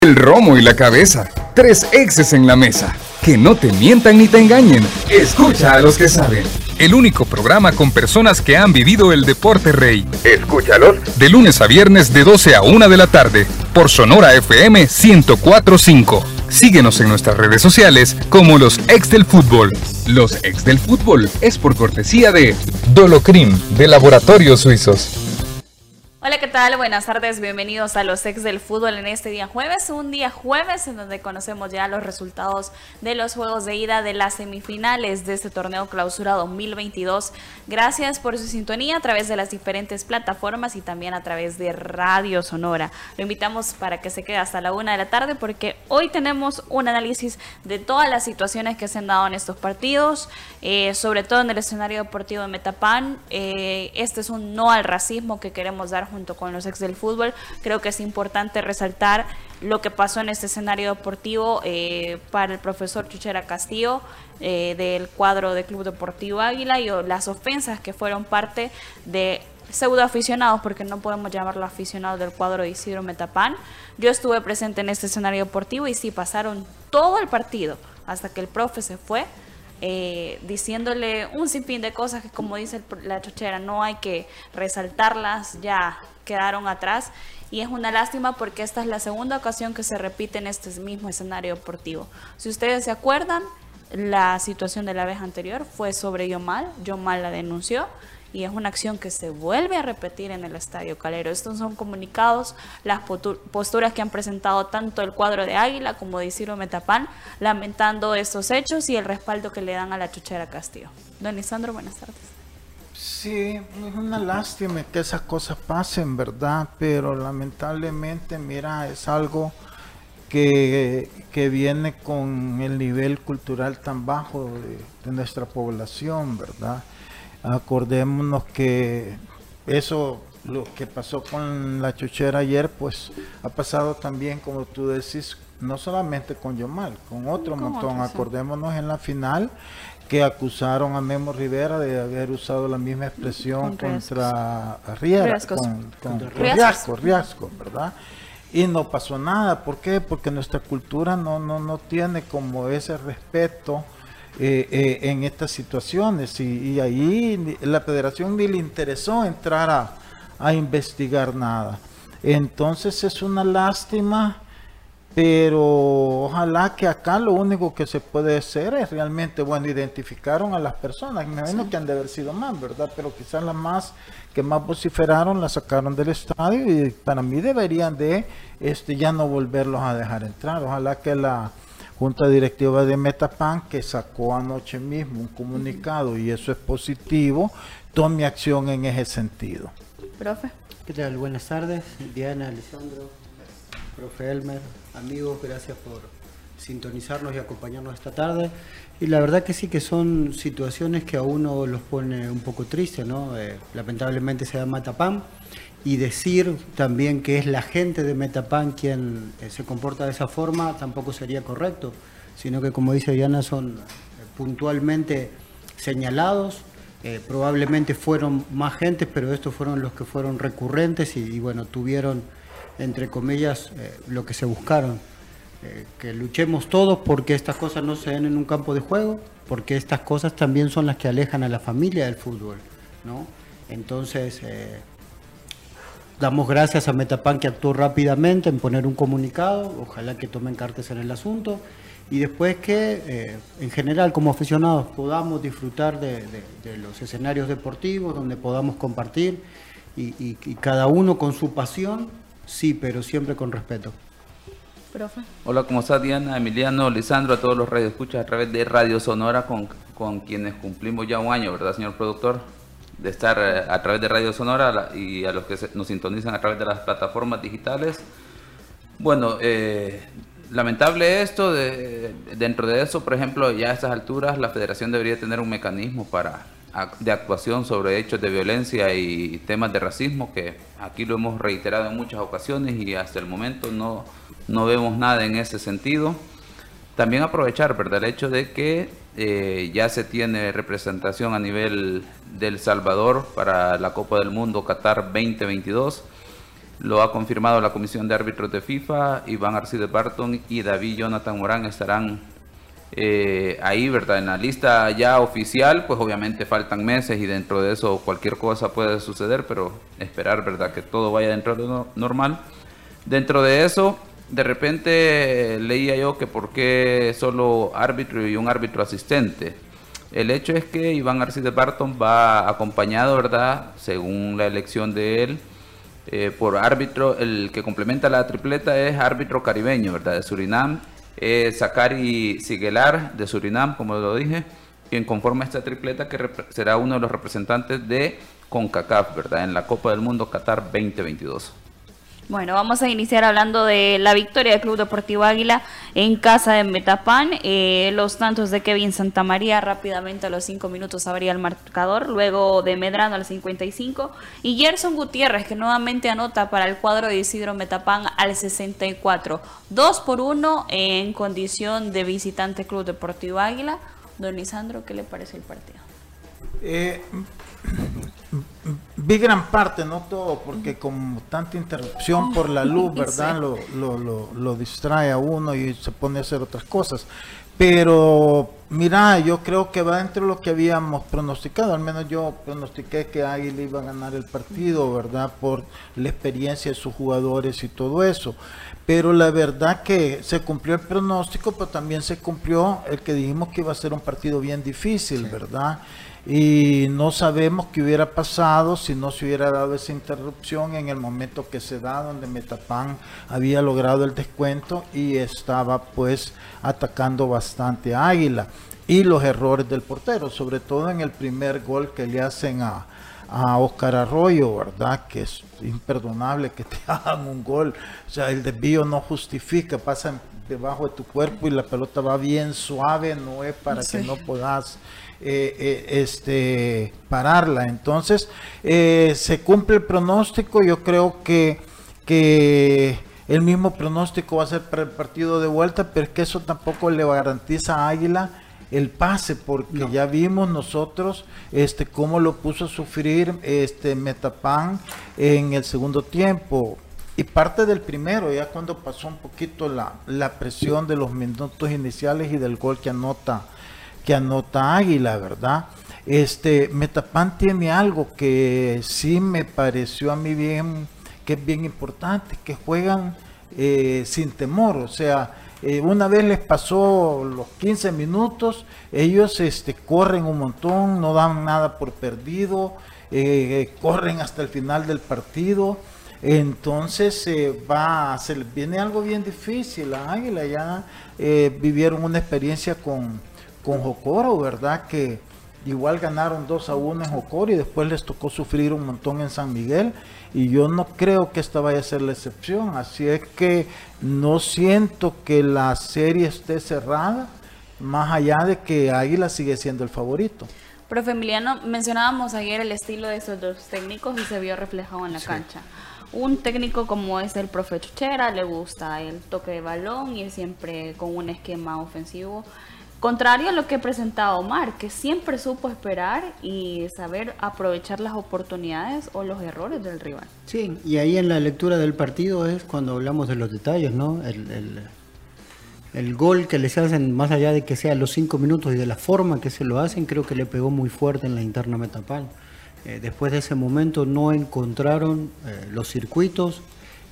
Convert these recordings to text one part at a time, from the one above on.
El romo y la cabeza. Tres exes en la mesa. Que no te mientan ni te engañen. Escucha a los que saben. El único programa con personas que han vivido el deporte rey. Escúchalos. De lunes a viernes de 12 a 1 de la tarde. Por Sonora FM 104.5. Síguenos en nuestras redes sociales como los ex del fútbol. Los ex del fútbol es por cortesía de Dolocrim de Laboratorios Suizos. Hola, ¿qué tal? Buenas tardes, bienvenidos a los ex del fútbol en este día jueves, un día jueves en donde conocemos ya los resultados de los juegos de ida de las semifinales de este torneo Clausura 2022. Gracias por su sintonía a través de las diferentes plataformas y también a través de Radio Sonora. Lo invitamos para que se quede hasta la 1 de la tarde porque hoy tenemos un análisis de todas las situaciones que se han dado en estos partidos, sobre todo en el escenario deportivo de Metapan. Este es un no al racismo que queremos dar junto con los ex del fútbol. Creo que es importante resaltar lo que pasó en este escenario deportivo para el profesor Chuchera Castillo del cuadro de Club Deportivo Águila y las ofensas que fueron parte de pseudo aficionados, porque no podemos llamarlo aficionados del cuadro de Isidro Metapán. Yo estuve presente en este escenario deportivo y sí pasaron todo el partido hasta que el profe se fue, diciéndole un sinfín de cosas que, como dice la Chochera, no hay que resaltarlas, ya quedaron atrás, y es una lástima porque esta es la segunda ocasión que se repite en este mismo escenario deportivo. Si ustedes se acuerdan, la situación de la vez anterior fue sobre Yomal la denunció, y es una acción que se vuelve a repetir en el Estadio Calero. Estos son comunicados, las posturas que han presentado tanto el cuadro de Águila como de Isidro Metapán, lamentando estos hechos y el respaldo que le dan a la Chuchera Castillo. Don Lisandro, buenas tardes. Sí, es una lástima que esas cosas pasen, ¿verdad? Pero lamentablemente, mira, es algo que viene con el nivel cultural tan bajo de nuestra población, ¿verdad? Acordémonos que eso, lo que pasó con la Chuchera ayer, pues ha pasado también, como tú decís, no solamente con Yomal, con otro montón. Acordémonos en la final que acusaron a Memo Rivera de haber usado la misma expresión contra Riascos, ¿verdad? Y no pasó nada. ¿Por qué? Porque nuestra cultura no tiene como ese respeto en estas situaciones, y ahí la federación ni le interesó entrar a investigar nada. Entonces es una lástima, pero ojalá que acá lo único que se puede hacer es realmente, bueno, identificaron a las personas, me imagino que han de haber sido más, ¿verdad? Pero quizás las que más vociferaron las sacaron del estadio, y para mí deberían de ya no volverlos a dejar entrar. Ojalá que la Junta Directiva de Metapan, que sacó anoche mismo un comunicado, y eso es positivo, tome acción en ese sentido. Profe. ¿Qué tal? Buenas tardes, Diana, Alessandro, profe Elmer, amigos, gracias por sintonizarnos y acompañarnos esta tarde. Y la verdad que sí, que son situaciones que a uno los pone un poco triste, ¿no? Lamentablemente se da Metapan. Y decir también que es la gente de Metapan quien se comporta de esa forma tampoco sería correcto, sino que, como dice Diana, son puntualmente señalados, probablemente fueron más gentes, pero estos fueron los que fueron recurrentes y bueno, tuvieron, entre comillas, lo que se buscaron. Que luchemos todos porque estas cosas no se den en un campo de juego, porque estas cosas también son las que alejan a la familia del fútbol, ¿no? Entonces, damos gracias a Metapan, que actuó rápidamente en poner un comunicado, ojalá que tomen cartas en el asunto, y después que en general como aficionados podamos disfrutar de los escenarios deportivos, donde podamos compartir y cada uno con su pasión, sí, pero siempre con respeto. Profe. Hola, ¿cómo estás, Diana, Emiliano, Lisandro, a todos los radioescuchas a través de Radio Sonora, con quienes cumplimos ya un año, ¿verdad, señor productor? De estar a través de Radio Sonora, y a los que nos sintonizan a través de las plataformas digitales. Bueno, lamentable esto. Dentro de eso, por ejemplo, ya a estas alturas la federación debería tener un mecanismo de actuación sobre hechos de violencia y temas de racismo, que aquí lo hemos reiterado en muchas ocasiones y hasta el momento no vemos nada en ese sentido. También aprovechar, ¿verdad?, el hecho de que ya se tiene representación a nivel de El Salvador para la Copa del Mundo Qatar 2022, Lo ha confirmado la Comisión de Árbitros de FIFA. Iván Arcides Barton y David Jonathan Morán estarán ahí, ¿verdad? En la lista ya oficial, pues obviamente faltan meses y dentro de eso cualquier cosa puede suceder, pero esperar, ¿verdad? Que todo vaya dentro de lo normal. Dentro de eso, de repente leía yo que por qué solo árbitro y un árbitro asistente. El hecho es que Iván Arcides Barton va acompañado, ¿verdad? Según la elección de él, por árbitro, el que complementa la tripleta es árbitro caribeño, ¿verdad? De Surinam, Zachary Siguelar de Surinam, como lo dije, quien conforma esta tripleta que será uno de los representantes de CONCACAF, ¿verdad? En la Copa del Mundo Qatar 2022. Bueno, vamos a iniciar hablando de la victoria del Club Deportivo Águila en casa de Metapán. Los tantos de Kevin Santamaría rápidamente a los 5 minutos abría el marcador, luego de Medrano al 55 y Gerson Gutiérrez, que nuevamente anota para el cuadro de Isidro Metapán al 64. 2-1 en condición de visitante Club Deportivo Águila. Don Lisandro, ¿qué le parece el partido? Vi gran parte, no todo, porque como tanta interrupción por la luz, ¿verdad? Sí. Lo distrae a uno y se pone a hacer otras cosas. Pero mira, yo creo que va dentro de lo que habíamos pronosticado. Al menos yo pronostiqué que Águila iba a ganar el partido, ¿verdad? Por la experiencia de sus jugadores y todo eso. Pero la verdad que se cumplió el pronóstico, pero también se cumplió el que dijimos que iba a ser un partido bien difícil, ¿verdad? Y no sabemos qué hubiera pasado si no se hubiera dado esa interrupción en el momento que se da, donde Metapán había logrado el descuento y estaba pues atacando bastante a Águila, y los errores del portero, sobre todo en el primer gol que le hacen a Oscar Arroyo, ¿verdad? Que es imperdonable que te hagan un gol. O sea, el desvío no justifica, pasa debajo de tu cuerpo y la pelota va bien suave, no es para que no puedas pararla. Entonces se cumple el pronóstico. Yo creo que el mismo pronóstico va a ser para el partido de vuelta, pero es que eso tampoco le garantiza a Águila el pase, porque ya vimos nosotros cómo lo puso a sufrir Metapán en el segundo tiempo y parte del primero, ya cuando pasó un poquito la presión de los minutos iniciales y del gol que anota Águila, ¿verdad? Metapán tiene algo que sí me pareció a mí bien, que es bien importante, que juegan sin temor. O sea, una vez les pasó los 15 minutos, ellos corren un montón, no dan nada por perdido, corren hasta el final del partido. Entonces se les viene algo bien difícil a Águila. Ya vivieron una experiencia con Jocoro, ¿verdad? Que igual ganaron 2-1 en Jocoro y después les tocó sufrir un montón en San Miguel, y yo no creo que esta vaya a ser la excepción. Así es que no siento que la serie esté cerrada, más allá de que Águila sigue siendo el favorito. Profe Emiliano, mencionábamos ayer el estilo de estos dos técnicos y se vio reflejado en la cancha. Un técnico como es el profe Chuchera, le gusta el toque de balón y siempre con un esquema ofensivo. Contrario a lo que presentaba Omar, que siempre supo esperar y saber aprovechar las oportunidades o los errores del rival. Sí, y ahí en la lectura del partido es cuando hablamos de los detalles, ¿no? El gol que les hacen, más allá de que sea los 5 minutos y de la forma que se lo hacen, creo que le pegó muy fuerte en la interna Metapán. Después de ese momento no encontraron los circuitos.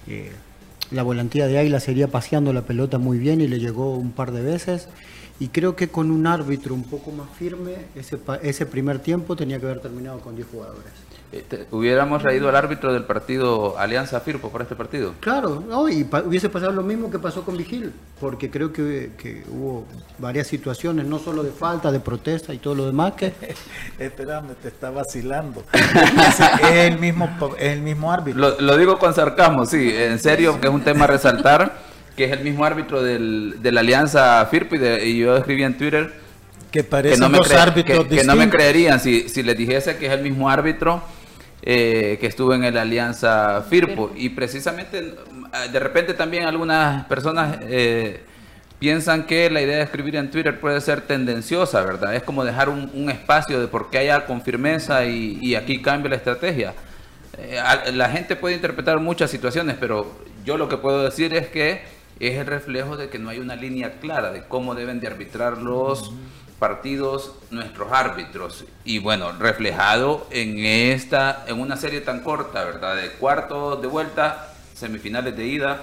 La volantía de Águila seguía paseando la pelota muy bien y le llegó un par de veces. Y creo que con un árbitro un poco más firme, ese primer tiempo tenía que haber terminado con 10 jugadores. ¿Hubiéramos traído al árbitro del partido Alianza Firpo para este partido? Claro, no, y hubiese pasado lo mismo que pasó con Vigil, porque creo que hubo varias situaciones, no solo de falta, de protesta y todo lo demás. Espérame, te está vacilando. Es el mismo árbitro. Lo digo con sarcasmo, sí, en serio, que es un tema a resaltar, que es el mismo árbitro de la Alianza Firpo, y yo escribí en Twitter que parecen dos árbitros que no me creerían si les dijese que es el mismo árbitro que estuvo en la Alianza Firpo. Y precisamente de repente también algunas personas piensan que la idea de escribir en Twitter puede ser tendenciosa, ¿verdad? Es como dejar un espacio de por qué haya con firmeza y aquí cambia la estrategia. La gente puede interpretar muchas situaciones, pero yo lo que puedo decir es que es el reflejo de que no hay una línea clara de cómo deben de arbitrar los partidos nuestros árbitros. Y bueno, reflejado en una serie tan corta, ¿verdad? De cuartos de vuelta, semifinales de ida,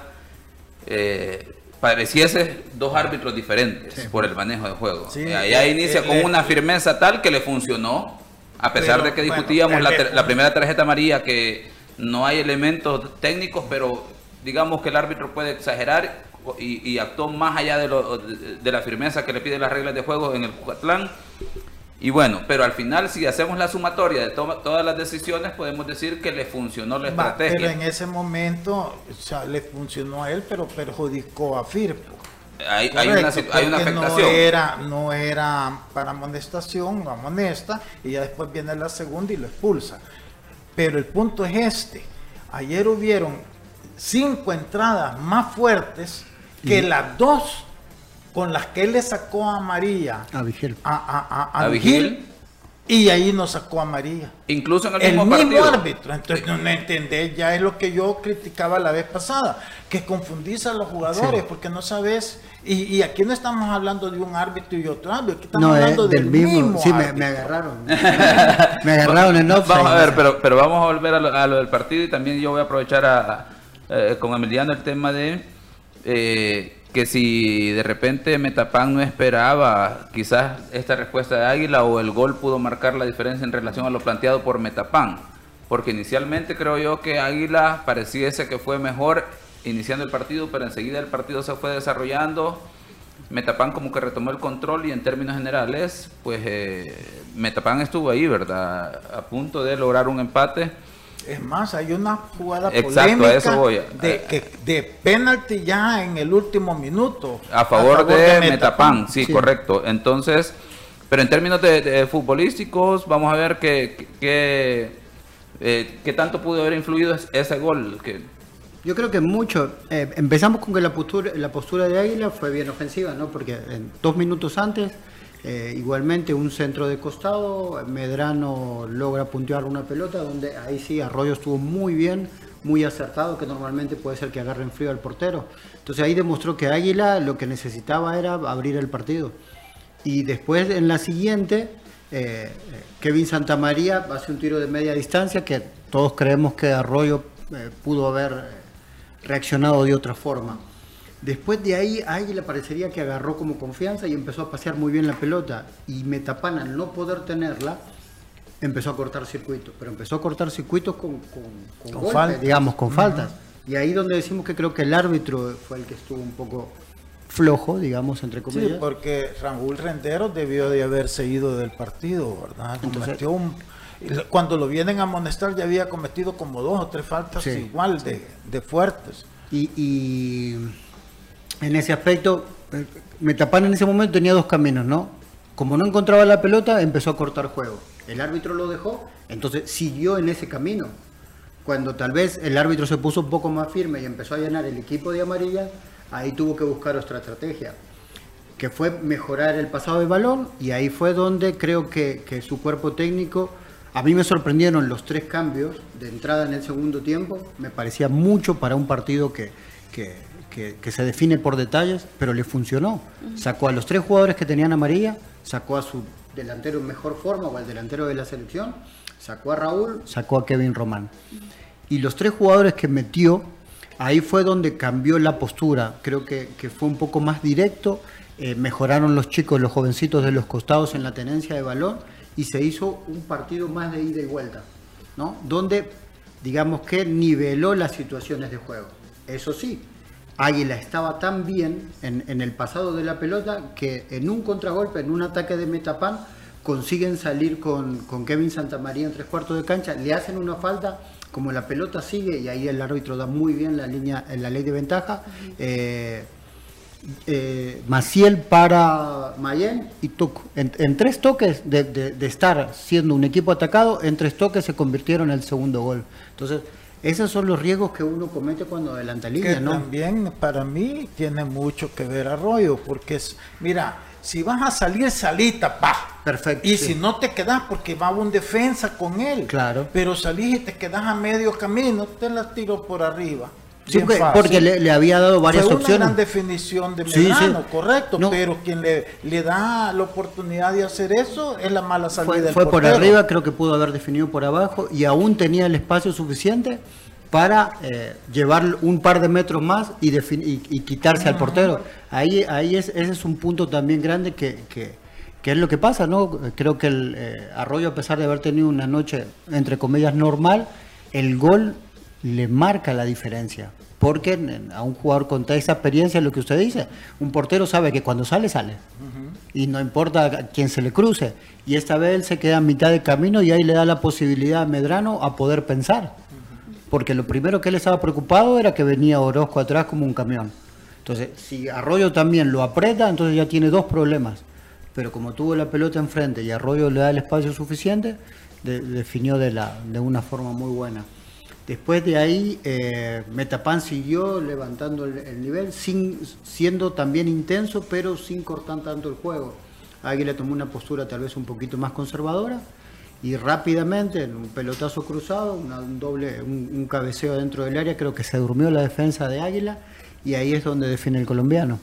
pareciese dos árbitros diferentes por el manejo de juego. Sí, allá inicia con una firmeza tal que le funcionó, a pesar de que discutíamos la primera tarjeta amarilla, que no hay elementos técnicos, pero digamos que el árbitro puede exagerar y actuó más allá de la firmeza que le piden las reglas de juego en el Cucatlán. Y bueno, pero al final, si hacemos la sumatoria de todas las decisiones, podemos decir que le funcionó la estrategia. Pero en ese momento, o sea, le funcionó a él, pero perjudicó a Firpo. Hay una afectación. No era para amonestación, lo amonesta, y ya después viene la segunda y lo expulsa. Pero el punto es este: ayer hubieron 5 entradas más fuertes que las 2 con las que él le sacó a amarilla a Vigil. A Vigil, y ahí nos sacó a amarilla. Incluso en el mismo árbitro. Entonces no entendés, ya es lo que yo criticaba la vez pasada, que confundís a los jugadores, porque no sabes, y aquí no estamos hablando de un árbitro y otro árbitro, aquí estamos hablando del mismo sí, me agarraron. Me agarraron en offside. Vamos a ver, pero vamos a volver a lo del partido, y también yo voy a aprovechar con Emiliano el tema de que si de repente Metapán no esperaba quizás esta respuesta de Águila, o el gol pudo marcar la diferencia en relación a lo planteado por Metapán, porque inicialmente creo yo que Águila pareciese que fue mejor iniciando el partido, pero enseguida el partido se fue desarrollando, Metapán como que retomó el control, y en términos generales pues Metapán estuvo ahí, ¿verdad?, a punto de lograr un empate. Es más, hay una jugada polémica de penalti ya en el último minuto. A favor de Metapán, sí, correcto. Entonces, pero en términos de futbolísticos, vamos a ver qué tanto pudo haber influido ese gol. Yo creo que mucho. Empezamos con que la postura de Águila fue bien ofensiva, ¿no? Porque en 2 minutos antes, igualmente un centro de costado, Medrano logra puntear una pelota, donde ahí sí Arroyo estuvo muy bien, muy acertado, que normalmente puede ser que agarre en frío al portero. Entonces ahí demostró que Águila lo que necesitaba era abrir el partido. Y después en la siguiente, Kevin Santamaría hace un tiro de media distancia, que todos creemos que Arroyo pudo haber reaccionado de otra forma. Después de ahí, a Águila parecería que agarró como confianza y empezó a pasear muy bien la pelota. Y Metapán, al no poder tenerla, empezó a cortar circuitos. Pero empezó a cortar circuitos con golpes, faltas. Digamos, con faltas. Y ahí donde decimos que creo que el árbitro fue el que estuvo un poco flojo, digamos, entre comillas. Sí, porque Raúl Renderos debió de haberse ido del partido, ¿verdad? Cuando lo vienen a amonestar ya había cometido como 2 o 3 faltas igual de fuertes. Y en ese aspecto, Metapán en ese momento tenía 2 caminos, ¿no? Como no encontraba la pelota, empezó a cortar juego. El árbitro lo dejó, entonces siguió en ese camino. Cuando tal vez el árbitro se puso un poco más firme y empezó a llenar el equipo de amarilla, ahí tuvo que buscar otra estrategia, que fue mejorar el pasado de balón, y ahí fue donde creo que su cuerpo técnico, a mí me sorprendieron los 3 cambios de entrada en el segundo tiempo, me parecía mucho para un partido que se define por detalles, pero le funcionó. Sacó a los 3 jugadores que tenían amarilla, sacó a su delantero en mejor forma, o al delantero de la selección, sacó a Raúl, sacó a Kevin Román. Y los 3 jugadores que metió, ahí fue donde cambió la postura. Creo que fue un poco más directo, mejoraron los chicos, los jovencitos de los costados en la tenencia de balón, y se hizo un partido más de ida y vuelta, ¿no? Donde, digamos que niveló las situaciones de juego. Eso sí, Águila estaba tan bien en el pasado de la pelota que en un contragolpe, en un ataque de Metapán, consiguen salir con Kevin Santamaría en 3/4 de cancha, le hacen una falta, como la pelota sigue, y ahí el árbitro da muy bien la ley de ventaja. Maciel para Mayen y Tuco. En 3 toques de estar siendo un equipo atacado, en 3 toques se convirtieron en el segundo gol. Entonces, esos son los riesgos que uno comete cuando adelanta línea, ¿no? También para mí tiene mucho que ver Arroyo, porque mira, si vas a salir, salí, tapá. Perfecto. Y sí. si no te quedas, porque va un defensa con él. Claro. Pero salís y te quedas a medio camino, te la tiro por arriba. Sí, Bien fácil. porque le había dado varias Fue opciones. una gran definición de Sí, Medrano, sí. correcto, No. pero quien le da la oportunidad de hacer eso es la mala salida del Fue por portero. arriba, creo que pudo haber definido por abajo y aún tenía el espacio suficiente para llevar un par de metros más y quitarse al portero. Ese es un punto también grande que es lo que pasa, ¿no? Creo que el Arroyo, a pesar de haber tenido una noche, entre comillas, normal, el gol le marca la diferencia. Porque a un jugador con toda esa experiencia, lo que usted dice, un portero sabe que cuando sale, sale. Y no importa a quién se le cruce. Y esta vez él se queda a mitad de camino y ahí le da la posibilidad a Medrano a poder pensar. Porque lo primero que él estaba preocupado era que venía Orozco atrás como un camión. Entonces, si Arroyo también lo aprieta, entonces ya tiene dos problemas. Pero como tuvo la pelota enfrente y Arroyo le da el espacio suficiente, definió de una forma muy buena. Después de ahí, Metapán siguió levantando el nivel, siendo también intenso, pero sin cortar tanto el juego. Águila tomó una postura tal vez un poquito más conservadora y rápidamente, en un pelotazo cruzado, un cabeceo dentro del área, creo que se durmió la defensa de Águila y ahí es donde define el colombiano.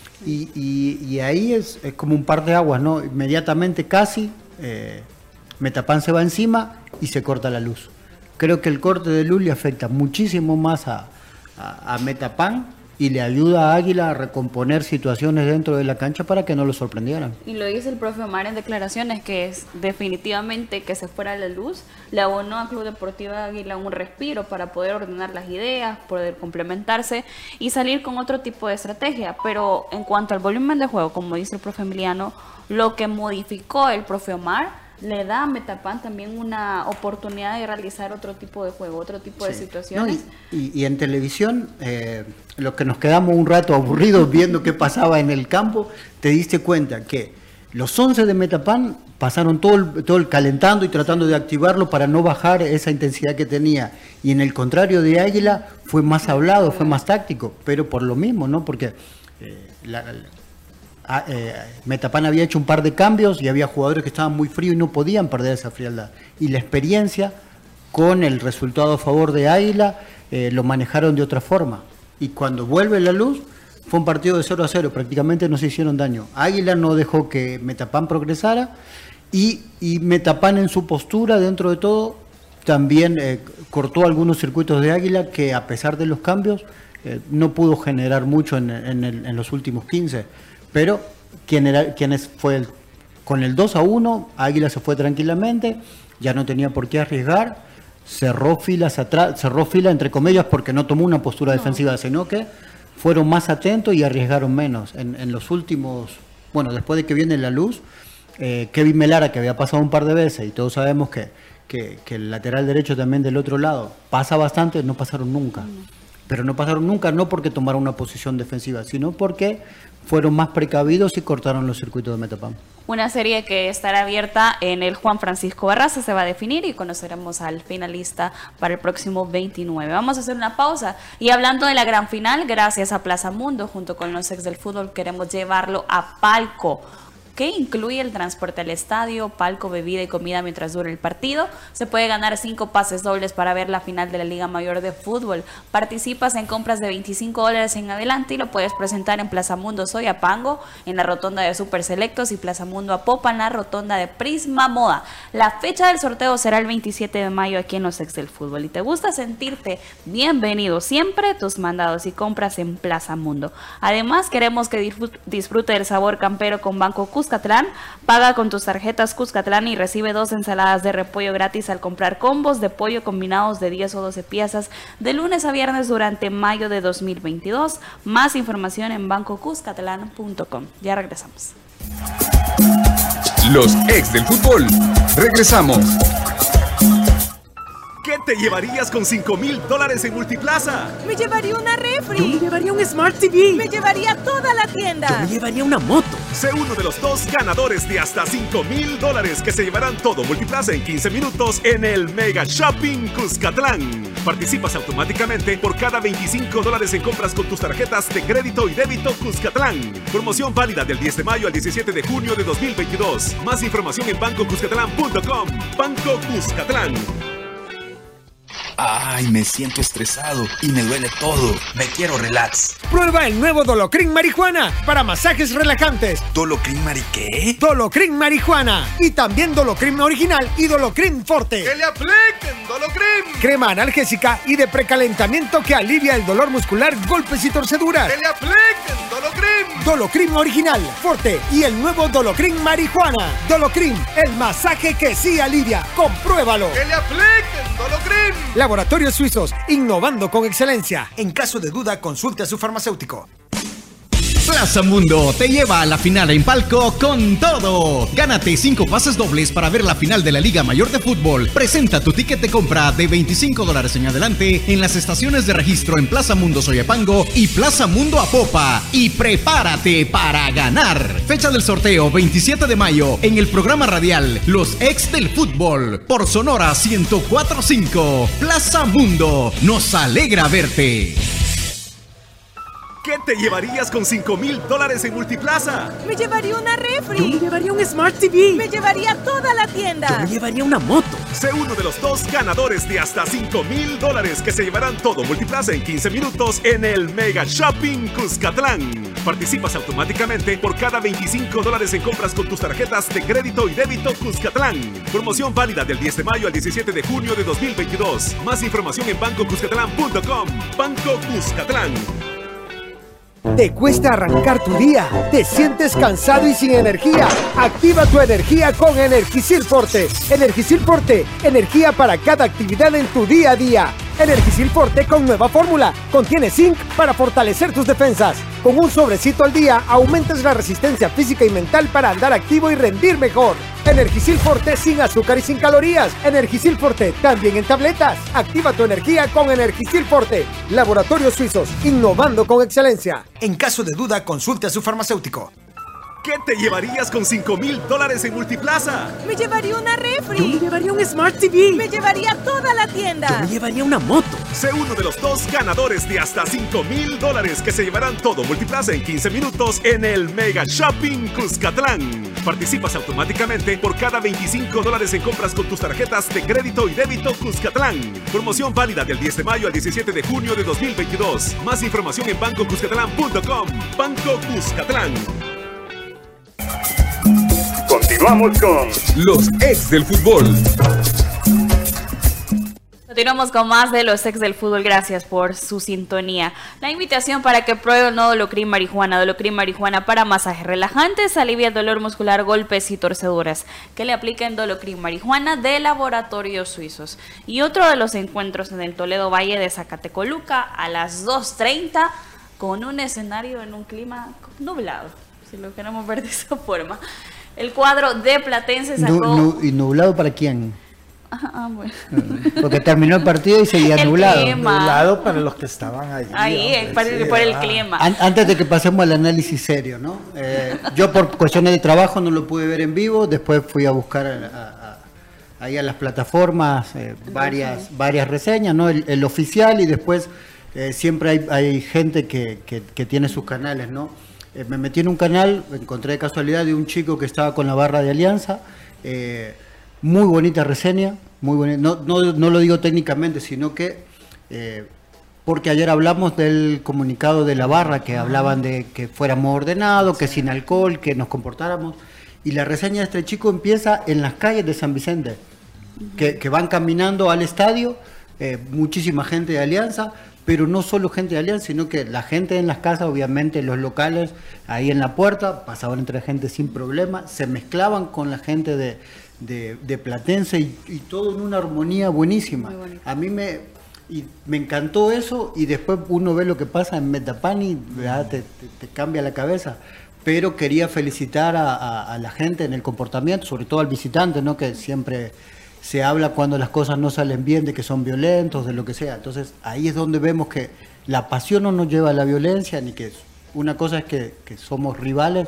Y ahí es como un par de aguas, ¿no? Inmediatamente casi Metapán se va encima y se corta la luz. Creo que el corte de luz le afecta muchísimo más a Metapán y le ayuda a Águila a recomponer situaciones dentro de la cancha para que no lo sorprendieran. Y lo dice el profe Omar en declaraciones, que es definitivamente que se fuera la luz, le abonó a Club Deportivo Águila un respiro para poder ordenar las ideas, poder complementarse y salir con otro tipo de estrategia. Pero en cuanto al volumen de juego, como dice el profe Emiliano, lo que modificó el profe Omar le da a Metapán también una oportunidad de realizar otro tipo de juego, otro tipo de situaciones. No, y en televisión, los que nos quedamos un rato aburridos viendo qué pasaba en el campo, te diste cuenta que los 11 de Metapán pasaron todo el calentando y tratando de activarlo para no bajar esa intensidad que tenía. Y en el contrario de Águila, fue más hablado, fue más táctico, pero por lo mismo, ¿no? Porque Metapán había hecho un par de cambios y había jugadores que estaban muy fríos y no podían perder esa frialdad. Y la experiencia con el resultado a favor de Águila lo manejaron de otra forma. Y cuando vuelve la luz, fue un partido de 0-0, prácticamente no se hicieron daño. Águila no dejó que Metapán progresara y Metapán en su postura, dentro de todo, también cortó algunos circuitos de Águila que, a pesar de los cambios, no pudo generar mucho en los últimos 15. Pero con el 2-1, Águila se fue tranquilamente, ya no tenía por qué arriesgar, cerró fila entre comillas porque no tomó una postura defensiva, sino que fueron más atentos y arriesgaron menos. En los últimos, bueno, después de que viene la luz, Kevin Melara, que había pasado un par de veces, y todos sabemos que el lateral derecho también del otro lado pasa bastante, no pasaron nunca. Pero no pasaron nunca, no porque tomaron una posición defensiva, sino porque fueron más precavidos y cortaron los circuitos de Metapán. Una serie que estará abierta en el Juan Francisco Barraza, se va a definir y conoceremos al finalista para el próximo 29. Vamos a hacer una pausa y, hablando de la gran final, gracias a Plaza Mundo, junto con los ex del fútbol, queremos llevarlo a Palco, que incluye el transporte al estadio, palco, bebida y comida mientras dure el partido. Se puede ganar 5 pases dobles para ver la final de la Liga Mayor de Fútbol. Participas en compras de $25 en adelante y lo puedes presentar en Plaza Mundo Soyapango, en la rotonda de Super Selectos, y Plaza Mundo Apopan, la rotonda de Prisma Moda. La fecha del sorteo será el 27 de mayo aquí en los ex del fútbol. ¿Y te gusta sentirte bienvenido siempre? Tus mandados y compras en Plaza Mundo. Además, queremos que disfrute del sabor campero con Banco Cuscatlán. Paga con tus tarjetas Cuscatlán y recibe 2 ensaladas de repollo gratis al comprar combos de pollo combinados de 10 o 12 piezas de lunes a viernes durante mayo de 2022. Más información en bancocuscatlán.com. Ya regresamos. Los ex del fútbol. Regresamos. ¿Qué te llevarías con $5,000 en Multiplaza? Me llevaría una refri. Yo me llevaría un Smart TV. Me llevaría toda la tienda. Yo me llevaría una moto. Sé uno de los 2 ganadores de hasta $5,000 que se llevarán todo Multiplaza en 15 minutos en el Mega Shopping Cuscatlán. Participas automáticamente por cada $25 en compras con tus tarjetas de crédito y débito Cuscatlán. Promoción válida del 10 de mayo al 17 de junio de 2022. Más información en bancocuscatlán.com. Banco Cuscatlán. Ay, me siento estresado y me duele todo. Me quiero relax. Prueba el nuevo Dolocrin Marihuana para masajes relajantes. ¿Dolocrin Mari qué? Dolocrin Marihuana. Y también Dolocrin Original y Dolocrin Forte. ¡Que le apliquen Dolocrin! Crema analgésica y de precalentamiento que alivia el dolor muscular, golpes y torceduras. ¡Que le apliquen Dolocrin! Dolocrin Original, Forte y el nuevo Dolocrin Marihuana. Dolocrin, el masaje que sí alivia. Compruébalo. ¡Que le apliquen Dolocrin! Laboratorios Suizos, innovando con excelencia. En caso de duda, consulte a su farmacéutico. Plaza Mundo te lleva a la final en palco con todo. Gánate 5 pases dobles para ver la final de la Liga Mayor de Fútbol. Presenta tu ticket de compra de $25 en adelante en las estaciones de registro en Plaza Mundo Soyapango y Plaza Mundo Apopa. Y prepárate para ganar. Fecha del sorteo 27 de mayo en el programa radial Los Ex del Fútbol por Sonora 104.5. Plaza Mundo, nos alegra verte. ¿Qué te llevarías con $5,000 en Multiplaza? Me llevaría una refri. Yo me llevaría un Smart TV. Me llevaría toda la tienda. Yo me llevaría una moto. Sé uno de los 2 ganadores de hasta $5,000 que se llevarán todo Multiplaza en 15 minutos en el Mega Shopping Cuscatlán. Participas automáticamente por cada $25 en compras con tus tarjetas de crédito y débito Cuscatlán. Promoción válida del 10 de mayo al 17 de junio de 2022. Más información en bancocuscatlán.com. Banco Cuscatlán. ¿Te cuesta arrancar tu día? ¿Te sientes cansado y sin energía? Activa tu energía con Energisil Forte. Energisil Forte, energía para cada actividad en tu día a día. Energisil Forte con nueva fórmula. Contiene zinc para fortalecer tus defensas. Con un sobrecito al día, aumentas la resistencia física y mental para andar activo y rendir mejor. Energisil Forte sin azúcar y sin calorías. Energisil Forte también en tabletas. Activa tu energía con Energisil Forte. Laboratorios Suizos, innovando con excelencia. En caso de duda, consulte a su farmacéutico. ¿Qué te llevarías con $5,000 en Multiplaza? Me llevaría una refri. Yo me llevaría un Smart TV. Me llevaría toda la tienda. Yo me llevaría una moto. Sé uno de los 2 ganadores de hasta $5,000 que se llevarán todo Multiplaza en 15 minutos en el Mega Shopping Cuscatlán. Participas automáticamente por cada $25 en compras con tus tarjetas de crédito y débito Cuscatlán. Promoción válida del 10 de mayo al 17 de junio de 2022. Más información en bancocuscatlán.com. Banco Cuscatlán. Continuamos con los ex del fútbol. Continuamos con más de los ex del fútbol. Gracias por su sintonía. La invitación para que pruebe el nuevo Dolocrin Marihuana. Dolocrin Marihuana para masajes relajantes, alivia el dolor muscular, golpes y torceduras. Que le apliquen Dolocrin Marihuana de Laboratorios Suizos. Y otro de los encuentros en el Toledo Valle de Zacatecoluca a las 2:30 con un escenario en un clima nublado, si lo queremos ver de esa forma. El cuadro de Platense sacó... ¿Y nublado para quién? Bueno. Porque terminó el partido y seguía nublado. Nublado para los que estaban allí. Ahí, por el clima. Antes de que pasemos al análisis serio, ¿no? Yo por cuestiones de trabajo no lo pude ver en vivo, después fui a buscar ahí a las plataformas varias reseñas, ¿no? El oficial y después siempre hay gente que tiene sus canales, ¿no? Me metí en un canal, encontré de casualidad de un chico que estaba con la barra de Alianza, muy bonita reseña, muy bonita. No lo digo técnicamente, sino que porque ayer hablamos del comunicado de la barra, que hablaban de que fuéramos ordenados, que sin alcohol, que nos comportáramos, y la reseña de este chico empieza en las calles de San Vicente, que van caminando al estadio, muchísima gente de Alianza, pero no solo gente de Alianza, sino que la gente en las casas, obviamente los locales, ahí en la puerta, pasaban entre gente sin problema, se mezclaban con la gente de Platense y todo en una armonía buenísima. A mí me encantó eso, y después uno ve lo que pasa en Metapani, te cambia la cabeza. Pero quería felicitar a la gente en el comportamiento, sobre todo al visitante, ¿no? Que siempre se habla cuando las cosas no salen bien, de que son violentos, de lo que sea. Entonces ahí es donde vemos que la pasión no nos lleva a la violencia, ni que una cosa es que somos rivales,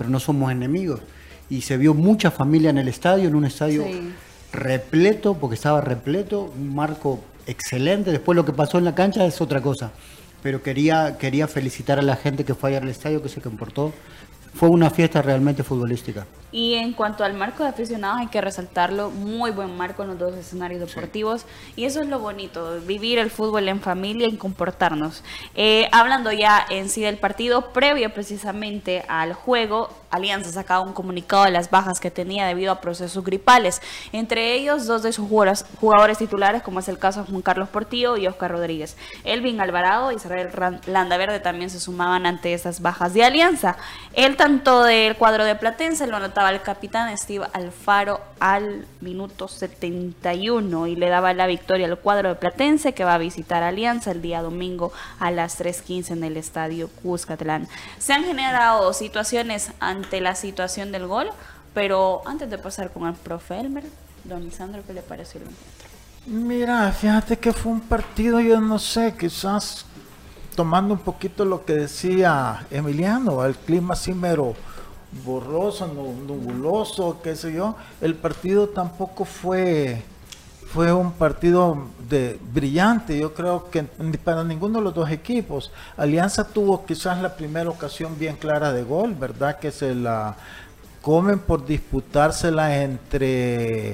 pero no somos enemigos. Y se vio mucha familia en el estadio, en un estadio repleto, porque estaba repleto, un marco excelente. Después lo que pasó en la cancha es otra cosa. Pero quería felicitar a la gente que fue ayer al estadio, que se comportó. Fue una fiesta realmente futbolística. Y en cuanto al marco de aficionados, hay que resaltarlo, muy buen marco en los dos escenarios deportivos, y eso es lo bonito, vivir el fútbol en familia y comportarnos. Hablando ya en sí del partido, previo precisamente al juego, Alianza sacaba un comunicado de las bajas que tenía debido a procesos gripales, entre ellos 2 de sus jugadores titulares, como es el caso de Juan Carlos Portillo y Oscar Rodríguez. Elvin Alvarado y Israel Landaverde también se sumaban ante esas bajas de Alianza. El tanto del cuadro de Platense lo anotaba el capitán Steve Alfaro al minuto 71 y le daba la victoria al cuadro de Platense, que va a visitar Alianza el día domingo a las 3:15 en el estadio Cuscatlán. Se han generado situaciones ante la situación del gol, pero antes de pasar con el profe Elmer, don Lisandro, ¿qué le pareció el encuentro? Mira, fíjate que fue un partido, yo no sé, quizás tomando un poquito lo que decía Emiliano, el clima así mero borroso, nubuloso, qué sé yo, el partido tampoco fue un partido brillante. Yo creo que para ninguno de los dos equipos. Alianza tuvo quizás la primera ocasión bien clara de gol, ¿verdad? Que se la comen por disputársela entre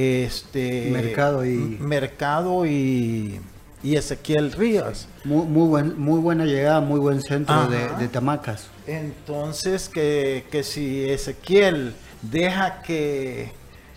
Mercado y Ezequiel Rivas. Muy buena llegada, muy buen centro de Tamacas. Entonces que si Ezequiel deja que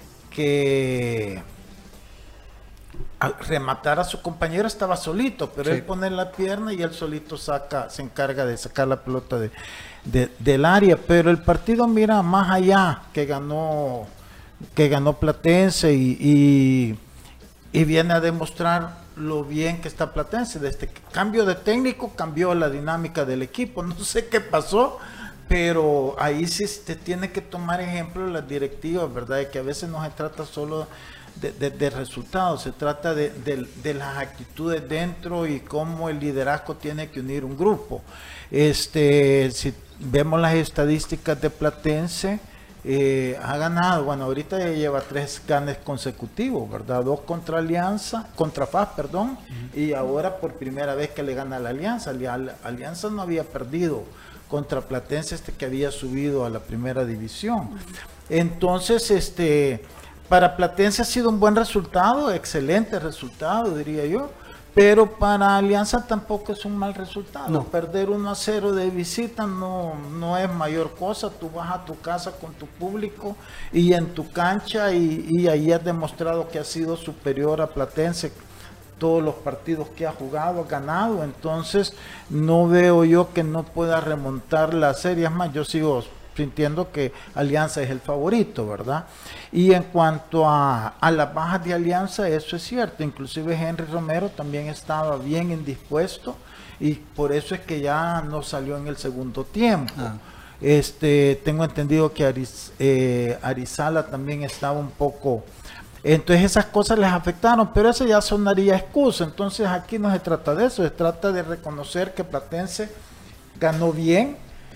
al rematar a su compañero, estaba solito, pero él pone la pierna y él solito se encarga de sacar la pelota del área. Pero el partido, mira, más allá, que ganó Platense y viene a demostrar lo bien que está Platense. Desde que cambio de técnico cambió la dinámica del equipo. No sé qué pasó, pero ahí sí te tiene que tomar ejemplo las directivas, ¿verdad? De que a veces no se trata solo de resultados, se trata de las actitudes dentro y cómo el liderazgo tiene que unir un grupo. Si vemos las estadísticas de Platense, ha ganado, bueno, ahorita ya lleva 3 ganes consecutivos, ¿verdad? 2 contra FAS, perdón, y ahora por primera vez que le gana a la Alianza. Alianza no había perdido contra Platense que había subido a la primera división. Entonces, para Platense ha sido un buen resultado, excelente resultado, diría yo. Pero para Alianza tampoco es un mal resultado. No. Perder 1-0 de visita no es mayor cosa. Tú vas a tu casa con tu público y en tu cancha y ahí has demostrado que has sido superior a Platense. Todos los partidos que ha jugado, ha ganado. Entonces no veo yo que no pueda remontar la serie. Es más, yo sigo sintiendo que Alianza es el favorito, ¿verdad? Y en cuanto a las bajas de Alianza, eso es cierto. Inclusive Henry Romero también estaba bien indispuesto y por eso es que ya no salió en el segundo tiempo. Tengo entendido que Arizala también estaba un poco... Entonces esas cosas les afectaron, pero eso ya sonaría excusa. Entonces aquí no se trata de eso, se trata de reconocer que Platense ganó bien,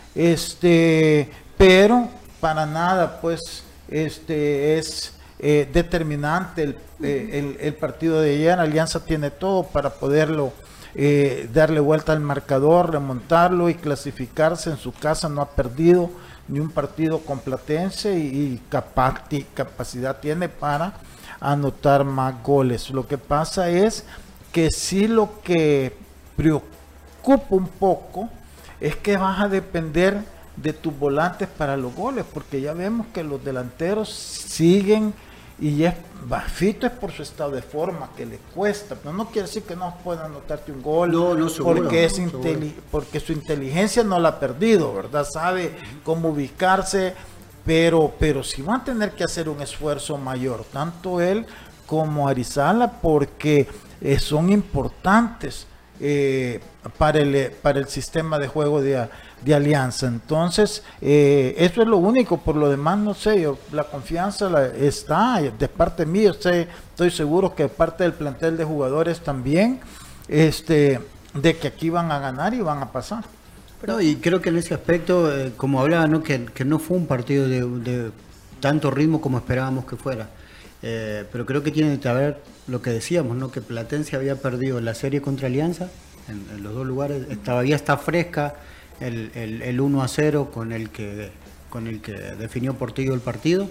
pero para nada pues es determinante el partido de ayer. Alianza tiene todo para poderlo darle vuelta al marcador, remontarlo y clasificarse. En su casa no ha perdido ni un partido con Platense y capacidad tiene para anotar más goles. Lo que pasa es que sí, lo que preocupa un poco es que vas a depender de tus volantes para los goles, porque ya vemos que los delanteros siguen y Fito es por su estado de forma que le cuesta, pero no quiere decir que no pueda anotarte un gol, porque su inteligencia no la ha perdido, ¿verdad? Sabe cómo ubicarse, pero sí van a tener que hacer un esfuerzo mayor, tanto él como Arizala, porque son importantes para el sistema de juego de Alianza. Entonces eso es lo único. Por lo demás no sé, la confianza está de parte mía. Estoy seguro que de parte del plantel de jugadores también, de que aquí van a ganar y van a pasar. No, y creo que en ese aspecto, como hablaba, ¿no? Que no fue un partido de tanto ritmo como esperábamos que fuera. Pero creo que tiene que haber lo que decíamos, ¿no? Que Platense había perdido la serie contra Alianza en los dos lugares. Todavía está fresca el 1-0 con el que definió Portillo el partido.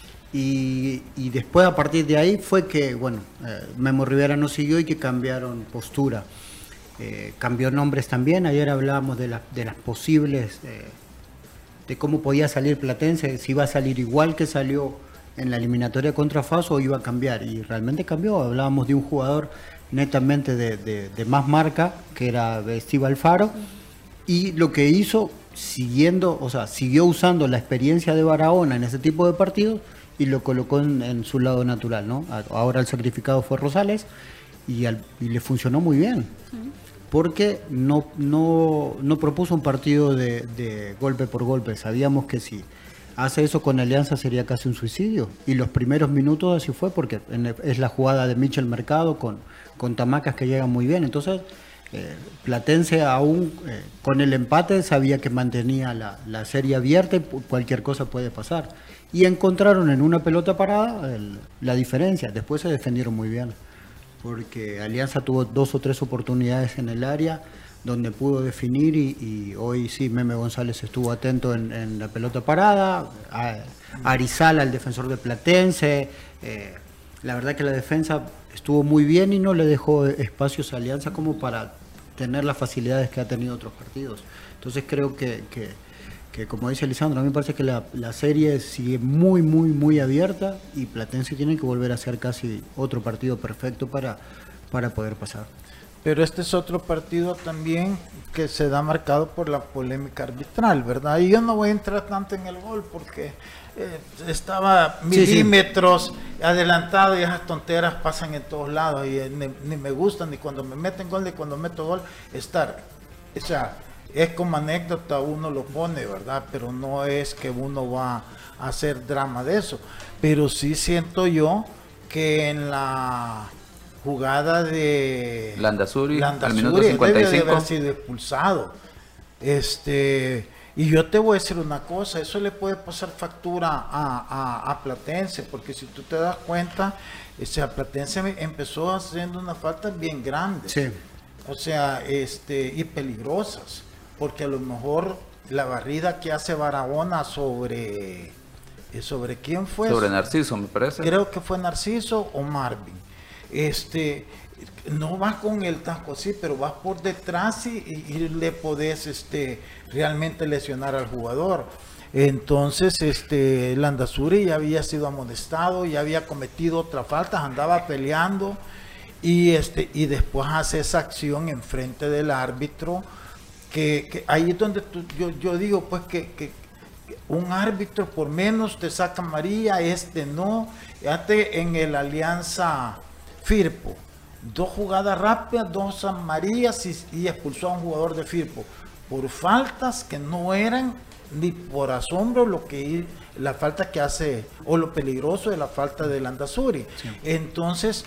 Y después, a partir de ahí, fue que, bueno, Memo Rivera no siguió y que cambiaron postura. Cambió nombres también. Ayer hablábamos de las posibles, de cómo podía salir Platense, si iba a salir igual que salió en la eliminatoria contra FAS o iba a cambiar. Y realmente cambió. Hablábamos de un jugador netamente de más marca, que era Steve Alfaro, y lo que hizo, siguió usando la experiencia de Barahona en ese tipo de partidos y lo colocó en su lado natural, ¿no? Ahora el sacrificado fue Rosales y le funcionó muy bien, porque no propuso un partido de golpe por golpe. Sabíamos que si hace eso con Alianza sería casi un suicidio, y los primeros minutos así fue, porque es la jugada de Michel Mercado con Tamacas que llega muy bien. Entonces Platense aún con el empate sabía que mantenía la serie abierta y cualquier cosa puede pasar, y encontraron en una pelota parada la diferencia. Después se defendieron muy bien, porque Alianza tuvo 2 o 3 oportunidades en el área donde pudo definir, y hoy sí Meme González estuvo atento en la pelota parada, Arizala, el defensor de Platense. La verdad que la defensa estuvo muy bien y no le dejó espacios a Alianza como para tener las facilidades que ha tenido otros partidos. Entonces creo que como dice Lisandro, a mí me parece que la serie sigue muy, muy, muy abierta, y Platense tiene que volver a hacer casi otro partido perfecto para poder pasar. Pero este es otro partido también que se da marcado por la polémica arbitral, ¿verdad? Y yo no voy a entrar tanto en el gol porque estaba milímetros adelantado, y esas tonteras pasan en todos lados, y ni me gustan, ni cuando me meten gol, ni cuando meto gol, o sea, es como anécdota, uno lo pone, ¿verdad? Pero no es que uno va a hacer drama de eso. Pero sí siento yo que en la jugada de Landazuri al minuto 55 debe de haber sido expulsado. Y yo te voy a decir una cosa, eso le puede pasar factura a Platense, porque si tú te das cuenta, Platense empezó haciendo una falta bien grande, sí. O sea, y peligrosas, porque a lo mejor la barrida que hace Barahona sobre ¿quién fue? Sobre Narciso, me parece. Creo que fue Narciso o Marvin. No vas con el taco así, pero vas por detrás y le podés realmente lesionar al jugador. Entonces Landazuri ya había sido amonestado, ya había cometido otra falta, andaba peleando, y después hace esa acción enfrente del árbitro, que ahí es donde yo digo pues que un árbitro por menos te saca amarilla, no. Fíjate en el Alianza Firpo, 2 jugadas rápidas, 2 amarillas, y expulsó a un jugador de Firpo por faltas que no eran ni por asombro la falta que hace, o lo peligroso de la falta de Landazuri. Sí. Entonces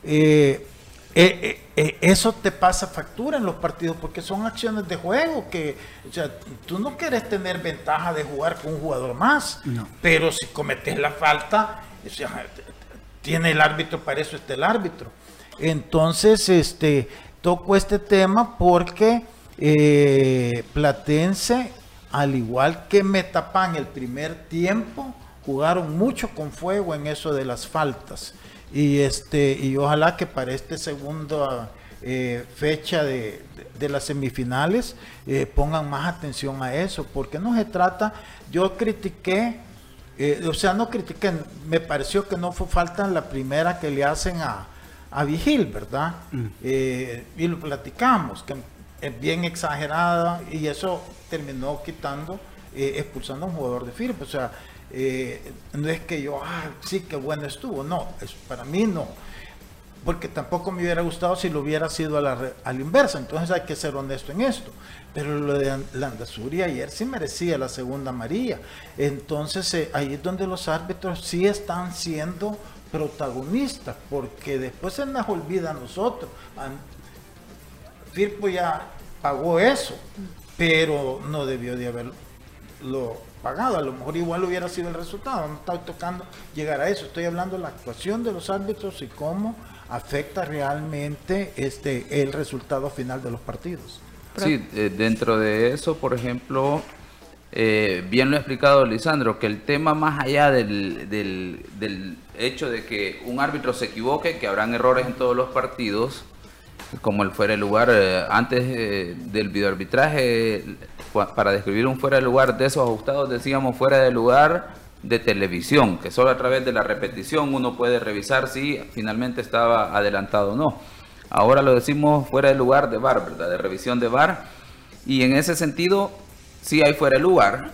eso te pasa factura en los partidos, porque son acciones de juego que, o sea, tú no quieres tener ventaja de jugar con un jugador más, no. Pero si cometes la falta, o sea, tiene el árbitro, para eso está el árbitro. Entonces toco este tema porque Platense, al igual que Metapán el primer tiempo, jugaron mucho con fuego en eso de las faltas, y ojalá que para esta segunda fecha de las semifinales pongan más atención a eso, porque no se trata, yo critiqué, no critiqué, me pareció que no fue falta en la primera que le hacen a Vigil, ¿verdad? Y lo platicamos, que es bien exagerada, y eso terminó expulsando a un jugador de Firpo. O sea, no es que yo, sí, que bueno estuvo, no, para mí no, porque tampoco me hubiera gustado si lo hubiera sido a la inversa. Entonces hay que ser honesto en esto, pero lo de Landazuri ayer sí merecía la segunda amarilla. Entonces ahí es donde los árbitros sí están siendo protagonistas, porque después se nos olvida a nosotros. Firpo ya pagó eso, pero no debió de haberlo pagado. A lo mejor igual hubiera sido el resultado. No estoy tocando llegar a eso. Estoy hablando de la actuación de los árbitros y cómo afecta realmente el resultado final de los partidos. Sí, dentro de eso, por ejemplo, bien lo ha explicado Lisandro, que el tema más allá del hecho de que un árbitro se equivoque, que habrán errores en todos los partidos, como el fuera de lugar, antes del videoarbitraje, para describir un fuera de lugar de esos ajustados, decíamos fuera de lugar de televisión, que solo a través de la repetición uno puede revisar si finalmente estaba adelantado o no. Ahora lo decimos fuera de lugar de VAR, ¿verdad? De revisión de VAR, y en ese sentido sí hay fuera de lugar,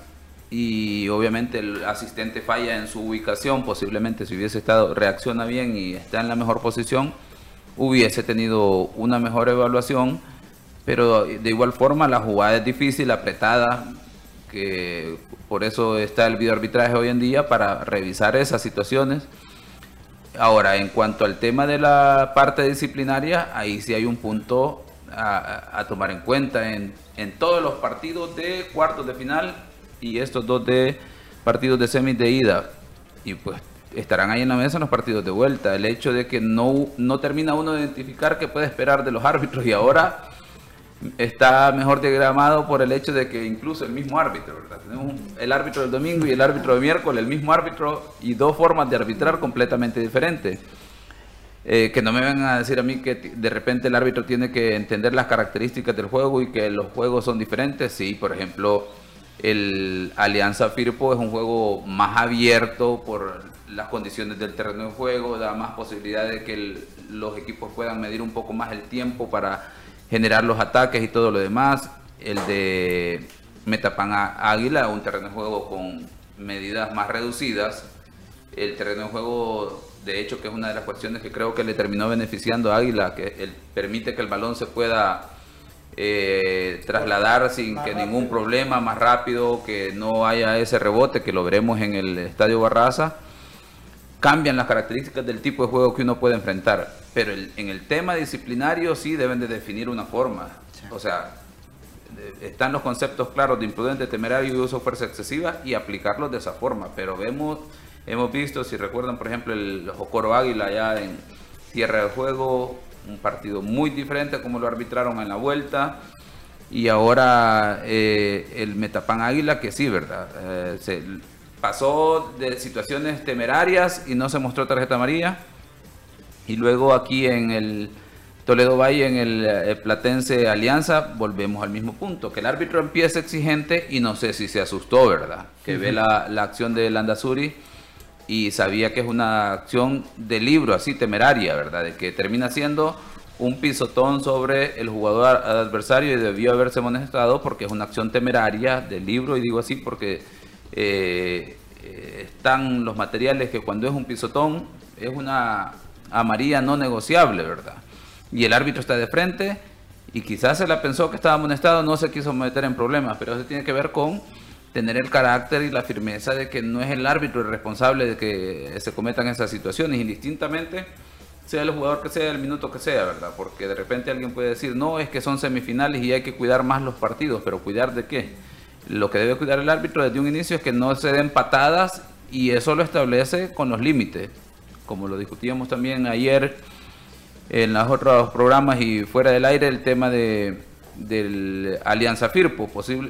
y obviamente el asistente falla en su ubicación. Posiblemente si hubiese estado, reacciona bien y está en la mejor posición, hubiese tenido una mejor evaluación, pero de igual forma la jugada es difícil, apretada, que por eso está el videoarbitraje hoy en día, para revisar esas situaciones. Ahora, en cuanto al tema de la parte disciplinaria, ahí sí hay un punto a tomar en cuenta en todos los partidos de cuartos de final y estos dos de partidos de semis de ida, y pues estarán ahí en la mesa en los partidos de vuelta. El hecho de que no termina uno de identificar qué puede esperar de los árbitros, y ahora está mejor diagramado por el hecho de que incluso el mismo árbitro, ¿verdad? Tenemos el árbitro del domingo y el árbitro de miércoles, el mismo árbitro y dos formas de arbitrar completamente diferentes. Que no me vengan a decir a mí que de repente el árbitro tiene que entender las características del juego y que los juegos son diferentes. Sí, por ejemplo, el Alianza Firpo es un juego más abierto por las condiciones del terreno de juego, da más posibilidad de que los equipos puedan medir un poco más el tiempo para generar los ataques y todo lo demás. El de Metapan Águila, un terreno de juego con medidas más reducidas. El terreno de juego, de hecho, que es una de las cuestiones que creo que le terminó beneficiando a Águila, que permite que el balón se pueda trasladar sin que ningún problema, más rápido, que no haya ese rebote, que lo veremos en el Estadio Barraza. Cambian las características del tipo de juego que uno puede enfrentar, pero en el tema disciplinario sí deben de definir una forma. O sea, están los conceptos claros de imprudente, temerario y uso de fuerza excesiva, y aplicarlos de esa forma. Pero hemos visto, si recuerdan, por ejemplo, el Jocoro Águila allá en tierra de juego, un partido muy diferente como lo arbitraron en la vuelta, y ahora el Metapan Águila, que sí, ¿verdad? Pasó de situaciones temerarias y no se mostró tarjeta amarilla, y luego aquí en el Toledo Valle, en el Platense Alianza, volvemos al mismo punto, que el árbitro empieza exigente y no sé si se asustó, ¿verdad? Que ve la acción de Landazuri y sabía que es una acción de libro, así temeraria, ¿verdad? De que termina siendo un pisotón sobre el jugador adversario y debió haberse amonestado porque es una acción temeraria de libro, y digo así porque están los materiales que cuando es un pisotón es una amarilla no negociable, ¿verdad? Y el árbitro está de frente y quizás se la pensó que estaba amonestado, no se quiso meter en problemas, pero eso tiene que ver con tener el carácter y la firmeza de que no es el árbitro el responsable de que se cometan esas situaciones, indistintamente sea el jugador que sea, el minuto que sea, ¿verdad? Porque de repente alguien puede decir, no, es que son semifinales y hay que cuidar más los partidos, pero ¿cuidar de qué? Lo que debe cuidar el árbitro desde un inicio es que no se den patadas, y eso lo establece con los límites, como lo discutíamos también ayer en los otros programas y fuera del aire, el tema del Alianza Firpo.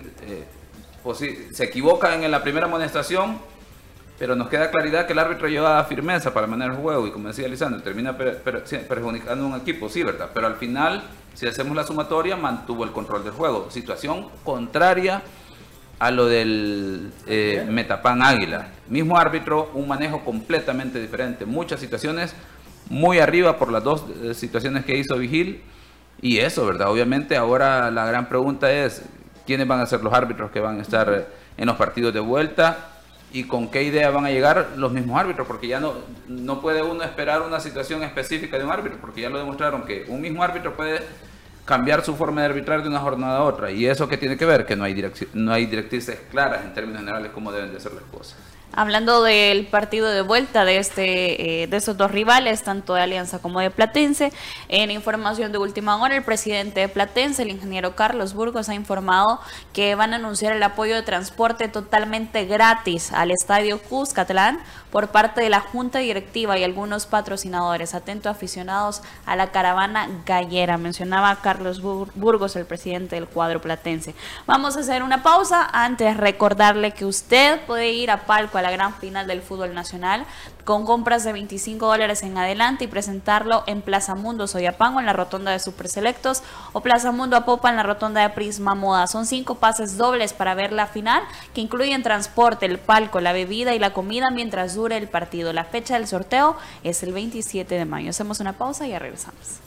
Se equivocan en la primera amonestación, pero nos queda claridad que el árbitro lleva firmeza para manejar el juego, y como decía Lisandro, termina perjudicando a un equipo, sí, ¿verdad? Pero al final, si hacemos la sumatoria, mantuvo el control del juego. Situación contraria a lo del Metapan Águila. Mismo árbitro, un manejo completamente diferente. Muchas situaciones muy arriba por las dos situaciones que hizo Vigil. Y eso, ¿verdad? Obviamente ahora la gran pregunta es, ¿quiénes van a ser los árbitros que van a estar en los partidos de vuelta? ¿Y con qué idea van a llegar los mismos árbitros? Porque ya no puede uno esperar una situación específica de un árbitro, porque ya lo demostraron que un mismo árbitro puede cambiar su forma de arbitrar de una jornada a otra. ¿Y eso qué tiene que ver? Que no hay directrices claras en términos generales cómo deben de ser las cosas. Hablando del partido de vuelta de estos dos rivales, tanto de Alianza como de Platense, en información de última hora, el presidente de Platense, el ingeniero Carlos Burgos, ha informado que van a anunciar el apoyo de transporte totalmente gratis al Estadio Cuscatlán por parte de la Junta Directiva y algunos patrocinadores. Atentos aficionados a la caravana gallera, mencionaba Carlos Burgos, el presidente del cuadro platense. Vamos a hacer una pausa. Antes, recordarle que usted puede ir a Palco a la gran final del fútbol nacional con compras de $25 en adelante y presentarlo en Plaza Mundo Soyapango en la rotonda de Super Selectos o Plaza Mundo Apopa en la rotonda de Prisma Moda. Son 5 pases dobles para ver la final que incluyen transporte, el palco, la bebida y la comida mientras dure el partido. La fecha del sorteo es el 27 de mayo. Hacemos una pausa y ya regresamos.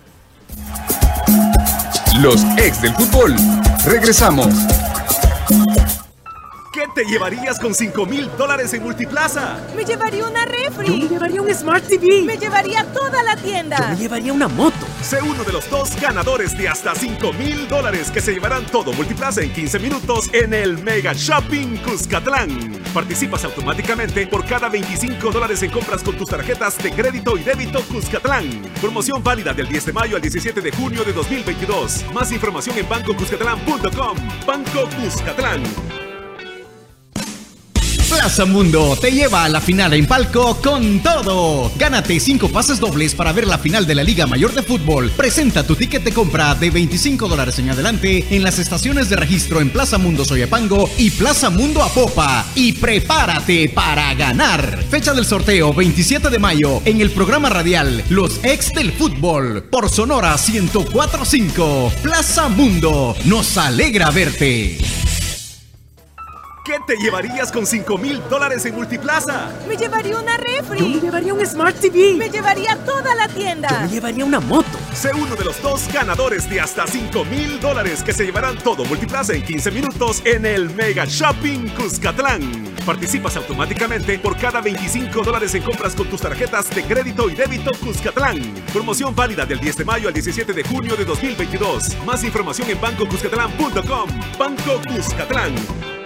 Los ex del fútbol. Regresamos. ¿Qué te llevarías con $5,000 en Multiplaza? Me llevaría una refri. Yo me llevaría un Smart TV. Me llevaría toda la tienda. Yo me llevaría una moto. Sé uno de los 2 ganadores de hasta $5,000 que se llevarán todo Multiplaza en 15 minutos en el Mega Shopping Cuscatlán. Participas automáticamente por cada $25 en compras con tus tarjetas de crédito y débito Cuscatlán. Promoción válida del 10 de mayo al 17 de junio de 2022. Más información en bancocuscatlán.com. Banco Cuscatlán. Plaza Mundo te lleva a la final en Palco con todo. Gánate 5 pases dobles para ver la final de la Liga Mayor de Fútbol. Presenta tu ticket de compra de $25 en adelante en las estaciones de registro en Plaza Mundo Soyapango y Plaza Mundo Apopa. Y prepárate para ganar. Fecha del sorteo 27 de mayo en el programa radial Los Ex del Fútbol por Sonora 104.5. Plaza Mundo, nos alegra verte. ¿Qué te llevarías con $5,000 en Multiplaza? Me llevaría una refri. Yo me llevaría un Smart TV. Me llevaría toda la tienda. Yo me llevaría una moto. Sé uno de los 2 ganadores de hasta $5,000 que se llevarán todo Multiplaza en 15 minutos en el Mega Shopping Cuscatlán. Participas automáticamente por cada $25 en compras con tus tarjetas de crédito y débito Cuscatlán. Promoción válida del 10 de mayo al 17 de junio de 2022. Más información en bancocuscatlán.com. Banco Cuscatlán.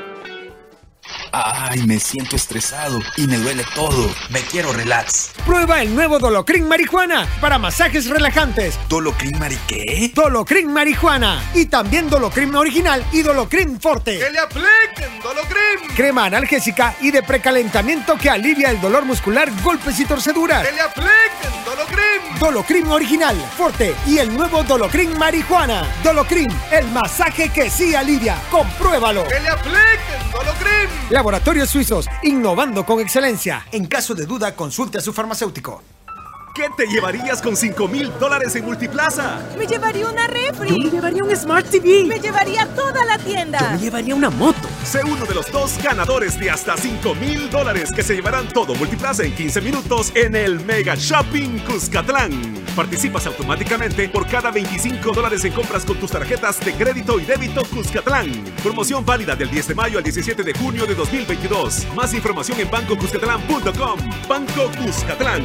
Ay, me siento estresado y me duele todo. Me quiero relax. Prueba el nuevo Dolocrin Marihuana para masajes relajantes. ¿Dolocrin Mari qué? Dolocrin Marihuana. Y también Dolocrin Original y Dolocrin Forte. ¡Que le apliquen Dolocrin! Crema analgésica y de precalentamiento que alivia el dolor muscular, golpes y torceduras. ¡Que le apliquen Dolocrin! Dolocrin Original, Forte y el nuevo Dolocrin Marihuana. Dolocrin, el masaje que sí alivia. Compruébalo. ¡Que le apliquen Dolocrin! Laboratorios Suizos, innovando con excelencia. En caso de duda, consulte a su farmacéutico. ¿Qué te llevarías con $5,000 en Multiplaza? Me llevaría una refri. Yo me llevaría un Smart TV. Me llevaría toda la tienda. Yo me llevaría una moto. Sé uno de los 2 ganadores de hasta $5,000 que se llevarán todo Multiplaza en 15 minutos en el Mega Shopping Cuscatlán. Participas automáticamente por cada $25 en compras con tus tarjetas de crédito y débito Cuscatlán. Promoción válida del 10 de mayo al 17 de junio de 2022. Más información en bancocuscatlán.com. Banco Cuscatlán.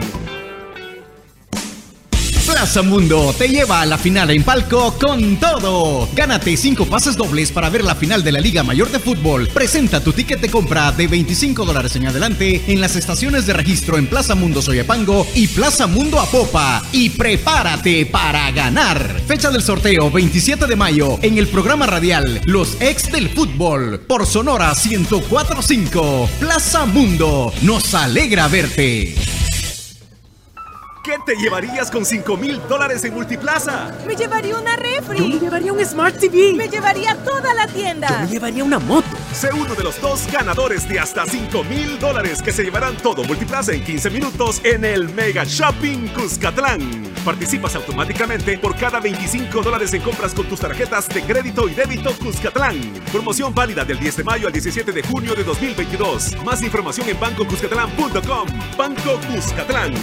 Plaza Mundo te lleva a la final en Palco con todo. Gánate 5 pases dobles para ver la final de la Liga Mayor de Fútbol. Presenta tu ticket de compra de $25 en adelante en las estaciones de registro en Plaza Mundo Soyapango y Plaza Mundo Apopa. Y prepárate para ganar. Fecha del sorteo 27 de mayo en el programa radial Los Ex del Fútbol por Sonora 104.5. Plaza Mundo, nos alegra verte. ¿Qué te llevarías con $5,000 en Multiplaza? Me llevaría una refri. Yo me llevaría un Smart TV. Me llevaría toda la tienda. Yo me llevaría una moto. Sé uno de los 2 ganadores de hasta $5,000 que se llevarán todo Multiplaza en 15 minutos en el Mega Shopping Cuscatlán. Participas automáticamente por cada $25 en compras con tus tarjetas de crédito y débito Cuscatlán. Promoción válida del 10 de mayo al 17 de junio de 2022. Más información en bancocuscatlán.com. Banco Cuscatlán.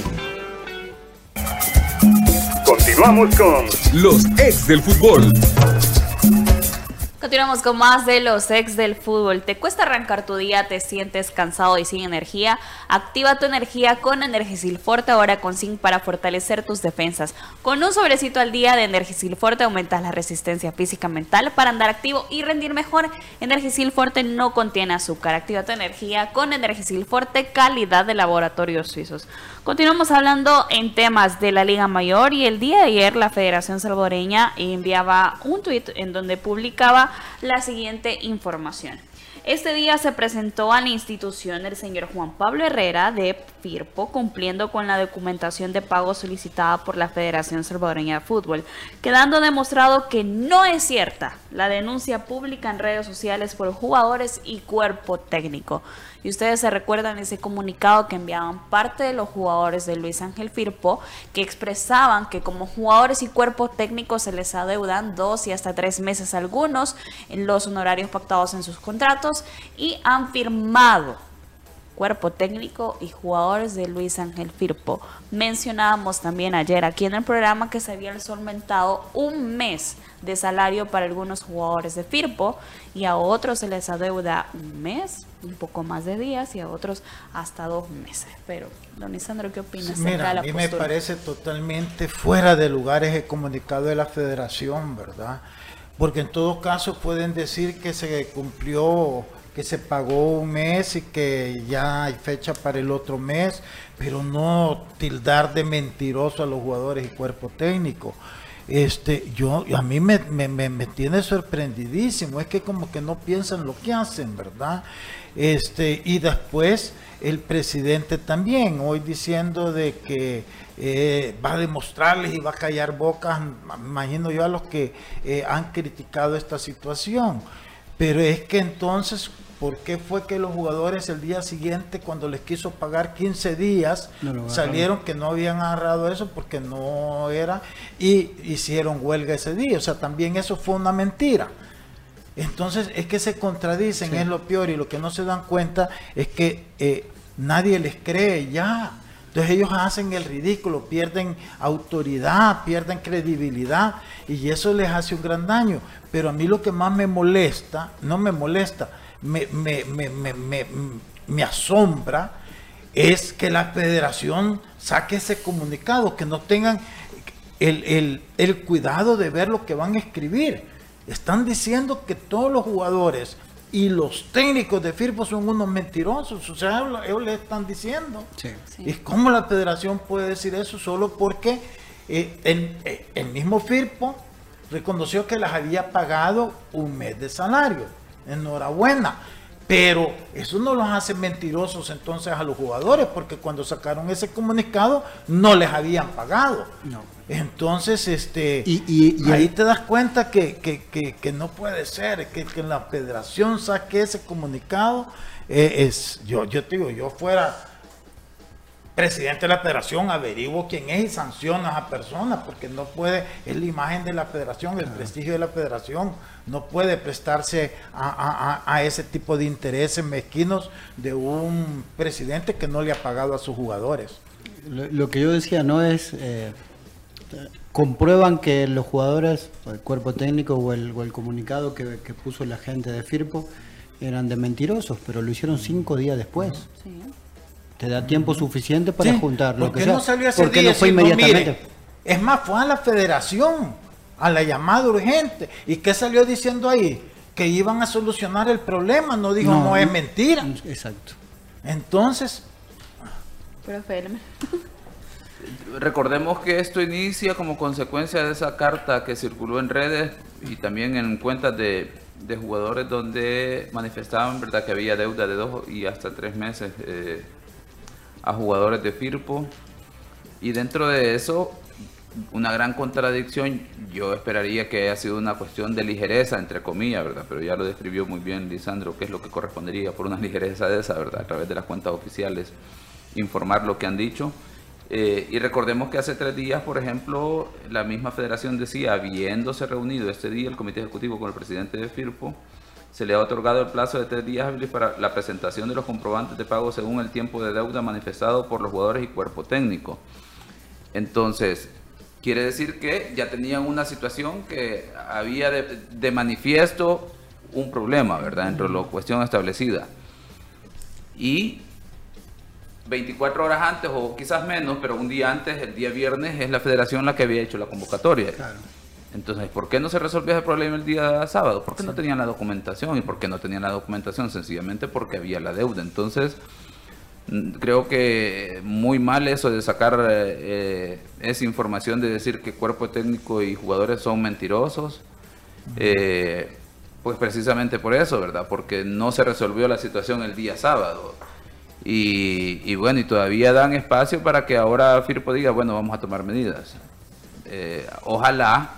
Continuamos con los ex del fútbol. Continuamos con más de los ex del fútbol. ¿Te cuesta arrancar tu día? ¿Te sientes cansado y sin energía? Activa tu energía con Energisil Forte, ahora con zinc para fortalecer tus defensas. Con un sobrecito al día de Energisil Forte aumentas la resistencia física mental para andar activo y rendir mejor. Energisil Forte no contiene azúcar. Activa tu energía con Energisil Forte, calidad de laboratorios suizos. Continuamos hablando en temas de la Liga Mayor y el día de ayer la Federación Salvadoreña enviaba un tuit en donde publicaba la siguiente información. Este día se presentó a la institución el señor Juan Pablo Herrera de Firpo, cumpliendo con la documentación de pago solicitada por la Federación Salvadoreña de Fútbol, quedando demostrado que no es cierta la denuncia pública en redes sociales por jugadores y cuerpo técnico. Y ustedes se recuerdan ese comunicado que enviaban parte de los jugadores de Luis Ángel Firpo, que expresaban que como jugadores y cuerpo técnico se les adeudan 2 y hasta 3 meses algunos en los honorarios pactados en sus contratos, y han firmado cuerpo técnico y jugadores de Luis Ángel Firpo. Mencionábamos también ayer aquí en el programa que se había solventado un mes de salario para algunos jugadores de Firpo y a otros se les adeuda un mes, un poco más de días, y a otros hasta 2 meses. Pero, don Lisandro, ¿qué opinas? Mira, a mí me parece totalmente fuera de lugar ese comunicado de la Federación, ¿verdad? Porque en todo caso pueden decir que se cumplió, que se pagó un mes y que ya hay fecha para el otro mes, pero no tildar de mentiroso a los jugadores y cuerpo técnico. A mí me tiene sorprendidísimo, es que como que no piensan lo que hacen, ¿verdad? Y después el presidente también, hoy diciendo de que va a demostrarles y va a callar bocas, imagino yo, a los que han criticado esta situación. Pero es que entonces, ¿por qué fue que los jugadores el día siguiente, cuando les quiso pagar 15 días, salieron que no habían agarrado eso porque no era, y hicieron huelga ese día? O sea, también eso fue una mentira. Entonces es que se contradicen, sí. Es lo peor, y lo que no se dan cuenta es que nadie les cree ya. Entonces ellos hacen el ridículo, pierden autoridad, pierden credibilidad, y eso les hace un gran daño. Pero a mí lo que más me molesta, no me molesta, me asombra, es que la Federación saque ese comunicado, que no tengan el cuidado de ver lo que van a escribir. Están diciendo que todos los jugadores y los técnicos de Firpo son unos mentirosos, o sea, ellos le están diciendo. Sí. ¿Y cómo la Federación puede decir eso? Solo porque el mismo Firpo reconoció que les había pagado un mes de salario. Enhorabuena. Pero eso no los hace mentirosos entonces a los jugadores, porque cuando sacaron ese comunicado no les habían pagado. No. Entonces, ahí te das cuenta que no puede ser, que la Federación saque ese comunicado. Yo te digo, yo fuera presidente de la Federación, averiguo quién es y sanciona a esa persona, porque no puede, es la imagen de la Federación, el prestigio de la Federación, no puede prestarse a ese tipo de intereses mezquinos de un presidente que no le ha pagado a sus jugadores. Lo que yo decía no es, comprueban que los jugadores, o el cuerpo técnico o el comunicado que puso la gente de Firpo eran de mentirosos, pero lo hicieron 5 días después. Sí. Te da tiempo suficiente para juntar lo que sea. No salió ese día? No fue inmediatamente? Mire, es más, fue a la Federación, a la llamada urgente. ¿Y qué salió diciendo ahí? Que iban a solucionar el problema. No dijo, no es mentira. Exacto. Entonces... Recordemos que esto inicia como consecuencia de esa carta que circuló en redes y también en cuentas de jugadores donde manifestaban, ¿verdad?, que había deuda de 2 y hasta 3 meses a jugadores de Firpo, y dentro de eso una gran contradicción. Yo esperaría que haya sido una cuestión de ligereza, entre comillas, ¿verdad? Pero ya lo describió muy bien Lisandro, qué es lo que correspondería por una ligereza de esa, ¿verdad? A través de las cuentas oficiales informar lo que han dicho. Y recordemos que hace 3 días, por ejemplo, la misma Federación decía, habiéndose reunido este día el Comité Ejecutivo con el presidente de Firpo, se le ha otorgado el plazo de 3 días hábiles para la presentación de los comprobantes de pago según el tiempo de deuda manifestado por los jugadores y cuerpo técnico. Entonces, Quiere decir que ya tenían una situación que había de manifiesto un problema, ¿verdad? Dentro de la cuestión establecida. Y 24 horas antes, o quizás menos, pero un día antes, el día viernes, es la federación la que había hecho la convocatoria. Claro. Entonces, ¿por qué no se resolvió ese problema el día sábado? Porque no tenían la documentación. ¿Y por qué no tenían la documentación? Sencillamente porque había la deuda. Entonces, creo que muy mal eso de sacar esa información de decir que cuerpo técnico y jugadores son mentirosos. Pues precisamente por eso, ¿verdad? Porque no se resolvió la situación el día sábado. Y bueno, y todavía dan espacio para que ahora Firpo diga, bueno, vamos a tomar medidas. Ojalá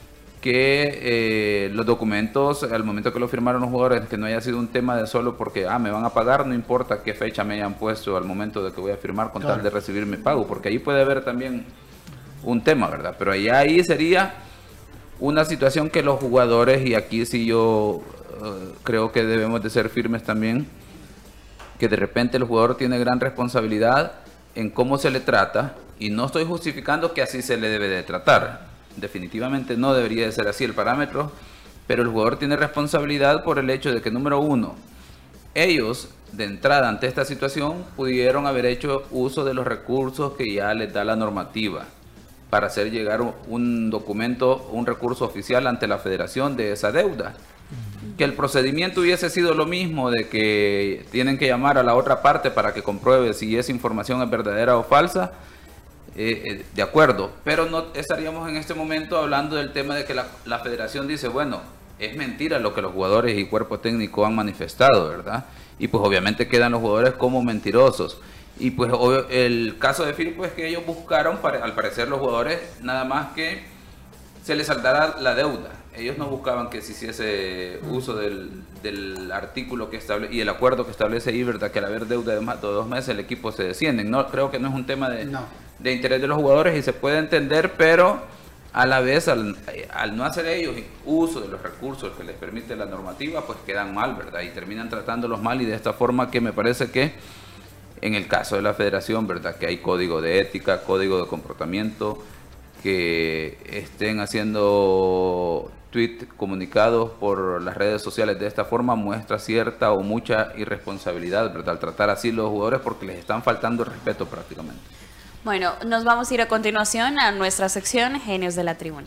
que los documentos, al momento que lo firmaron los jugadores, que no haya sido un tema de solo porque, me van a pagar, no importa qué fecha me hayan puesto al momento de que voy a firmar con tal de recibir mi pago, porque ahí puede haber también un tema, ¿verdad? Pero ahí sería una situación que los jugadores, y aquí sí yo creo que debemos de ser firmes también, que de repente el jugador tiene gran responsabilidad en cómo se le trata, y no estoy justificando que así se le debe de tratar. Definitivamente no debería de ser así el parámetro, pero el jugador tiene responsabilidad por el hecho de que, número uno, ellos de entrada ante esta situación pudieron haber hecho uso de los recursos que ya les da la normativa para hacer llegar un documento, un recurso oficial ante la federación de esa deuda. Que el procedimiento hubiese sido lo mismo, de que tienen que llamar a la otra parte para que compruebe si esa información es verdadera o falsa, de acuerdo, pero no estaríamos en este momento hablando del tema de que la federación dice, bueno, es mentira lo que los jugadores y cuerpo técnico han manifestado, ¿verdad? Y pues obviamente quedan los jugadores como mentirosos. Y pues el caso de Firpo es que ellos buscaron, al parecer los jugadores, nada más que se les saldara la deuda. Ellos no buscaban que se hiciese uso del artículo que establece y el acuerdo que establece ahí, ¿verdad? Que al haber deuda de más de 2 meses el equipo se desciende. No, creo que no es un tema de interés de los jugadores y se puede entender, pero a la vez al no hacer ellos uso de los recursos que les permite la normativa, pues quedan mal, ¿verdad? Y terminan tratándolos mal, y de esta forma que me parece que en el caso de la federación, ¿verdad? Que hay código de ética, código de comportamiento, que estén haciendo tweets comunicados por las redes sociales de esta forma muestra cierta o mucha irresponsabilidad, ¿verdad? Al tratar así los jugadores, porque les están faltando el respeto prácticamente. Bueno, nos vamos a ir a continuación a nuestra sección Genios de la Tribuna.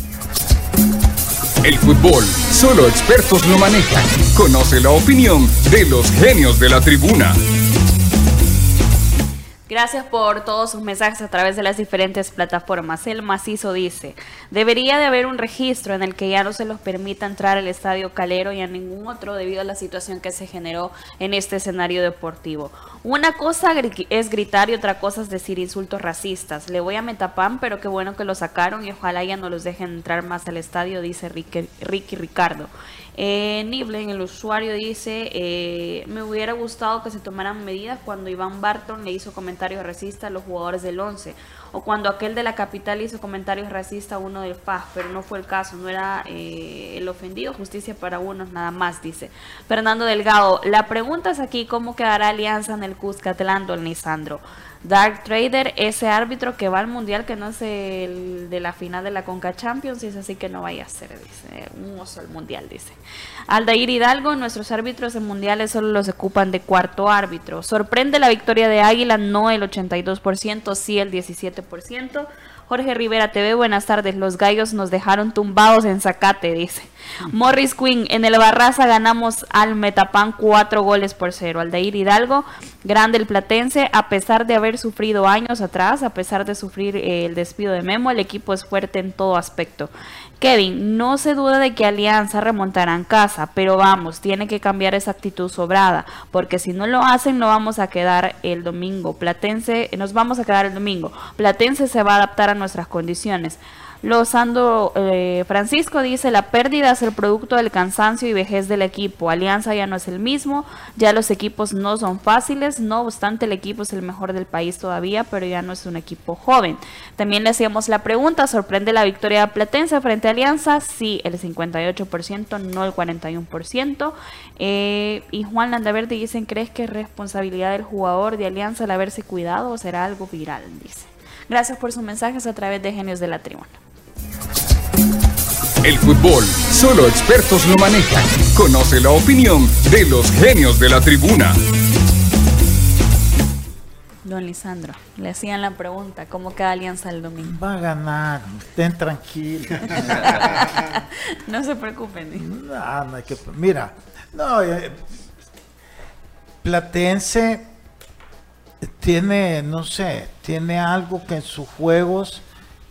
El fútbol, solo expertos lo manejan. Conoce la opinión de los genios de la tribuna. Gracias por todos sus mensajes a través de las diferentes plataformas. El Macizo dice, debería de haber un registro en el que ya no se los permita entrar al Estadio Calero y a ningún otro debido a la situación que se generó en este escenario deportivo. Una cosa es gritar y otra cosa es decir insultos racistas. Le voy a Metapán, pero qué bueno que lo sacaron y ojalá ya no los dejen entrar más al estadio, dice Ricky Ricardo. Niblen, el usuario, dice, me hubiera gustado que se tomaran medidas cuando Iván Barton le hizo comentarios racistas a los jugadores del 11, o cuando aquel de la capital hizo comentarios racistas a uno del FAS, pero no fue el caso, no era el ofendido, justicia para unos nada más, dice Fernando Delgado. La pregunta es aquí, ¿cómo quedará Alianza en el Cuscatlán, don Lisandro? Dark Trader, ese árbitro que va al mundial, que no es el de la final de la Conca Champions, y es así que no vaya a ser, dice, un oso al mundial, dice Aldair Hidalgo. Nuestros árbitros en mundiales solo los ocupan de cuarto árbitro. Sorprende la victoria de Águila, no el 82%, sí el 17%. Jorge Rivera TV, buenas tardes, los gallos nos dejaron tumbados en Zacate, dice Morris Quinn. En el Barraza ganamos al Metapán 4-0. Aldair Hidalgo, grande el Platense, a pesar de haber sufrido años atrás, a pesar de sufrir el despido de Memo, el equipo es fuerte en todo aspecto. Kevin, no se duda de que Alianza remontará en casa, pero vamos, tiene que cambiar esa actitud sobrada, porque si no lo hacen no vamos a quedar el domingo. Nos vamos a quedar el domingo. Platense se va a adaptar a nuestras condiciones. Lozando Francisco dice, la pérdida es el producto del cansancio y vejez del equipo. Alianza ya no es el mismo, ya los equipos no son fáciles, no obstante el equipo es el mejor del país todavía, pero ya no es un equipo joven. También le hacíamos la pregunta, ¿sorprende la victoria de Platense frente a Alianza? Sí, el 58%, no el 41%. Y Juan Landaverde dicen, ¿crees que es responsabilidad del jugador de Alianza el haberse cuidado o será algo viral? Dice. Gracias por sus mensajes a través de Genios de la Tribuna. El fútbol, solo expertos lo manejan. Conoce la opinión de los genios de la tribuna. Don Lisandro, le hacían la pregunta, ¿cómo queda Alianza el domingo? Va a ganar, estén tranquilos. No se preocupen. No hay que, mira, no, Platense tiene, no sé, tiene algo que en sus juegos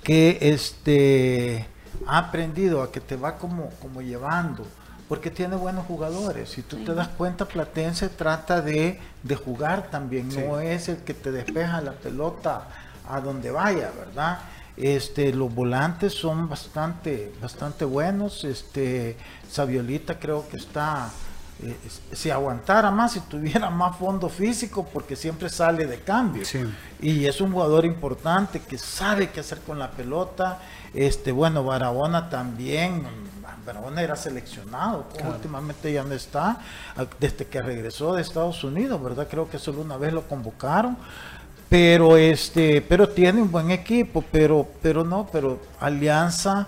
que ha aprendido a que te va como llevando, porque tiene buenos jugadores. Si tú te das cuenta, Platense trata de jugar también, no es el que te despeja la pelota a donde vaya, ¿verdad? Los volantes son bastante buenos. Saviolita creo que está, si aguantara más, si tuviera más fondo físico, porque siempre sale de cambio, y es un jugador importante que sabe qué hacer con la pelota. Bueno, Barahona también. Barahona era seleccionado, últimamente ya no está, desde que regresó de Estados Unidos, ¿verdad? Creo que solo una vez lo convocaron, pero tiene un buen equipo, pero Alianza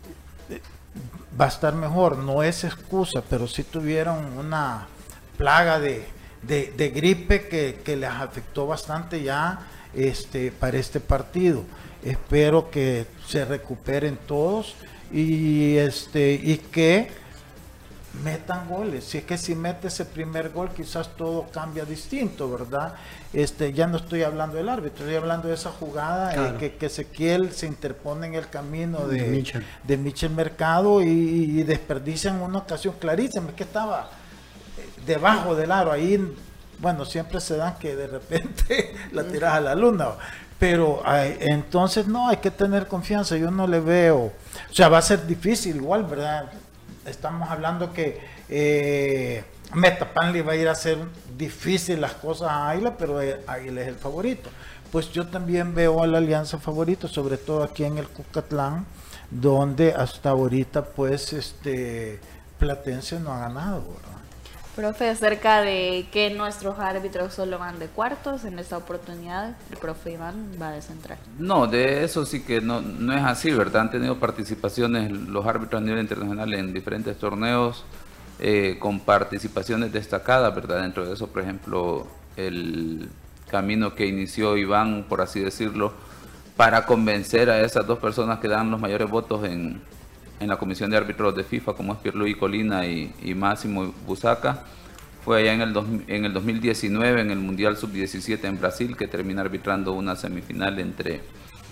va a estar mejor, no es excusa, pero sí tuvieron una plaga de gripe que les afectó bastante ya para este partido. Espero que se recuperen todos y que metan goles. Si es que si mete ese primer gol, quizás todo cambia distinto, ¿verdad? Ya no estoy hablando del árbitro, estoy hablando de esa jugada, claro, que Ezequiel se interpone en el camino de Michel Mercado y desperdician una ocasión clarísima, es que estaba debajo del aro. Ahí, bueno, siempre se dan que de repente la tiras a la luna, pero entonces no, hay que tener confianza. Yo no le veo, o sea, va a ser difícil igual, ¿verdad? Estamos hablando que Metapan le va a ir a hacer difícil las cosas a Águila, pero Águila es el favorito. Pues yo también veo a la Alianza favorito, sobre todo aquí en el Cuscatlán, donde hasta ahorita pues Platense no ha ganado, ¿verdad? Profe, acerca de que nuestros árbitros solo van de cuartos, en esta oportunidad el profe Iván va de central. No, de eso sí que no es así, ¿verdad? Han tenido participaciones los árbitros a nivel internacional en diferentes torneos, con participaciones destacadas, ¿verdad? Dentro de eso, por ejemplo, el camino que inició Iván, por así decirlo, para convencer a esas dos personas que dan los mayores votos en la comisión de árbitros de FIFA, como es Pierluigi Colina y Máximo Busaca, fue allá en el 2019 en el Mundial Sub-17 en Brasil, que termina arbitrando una semifinal entre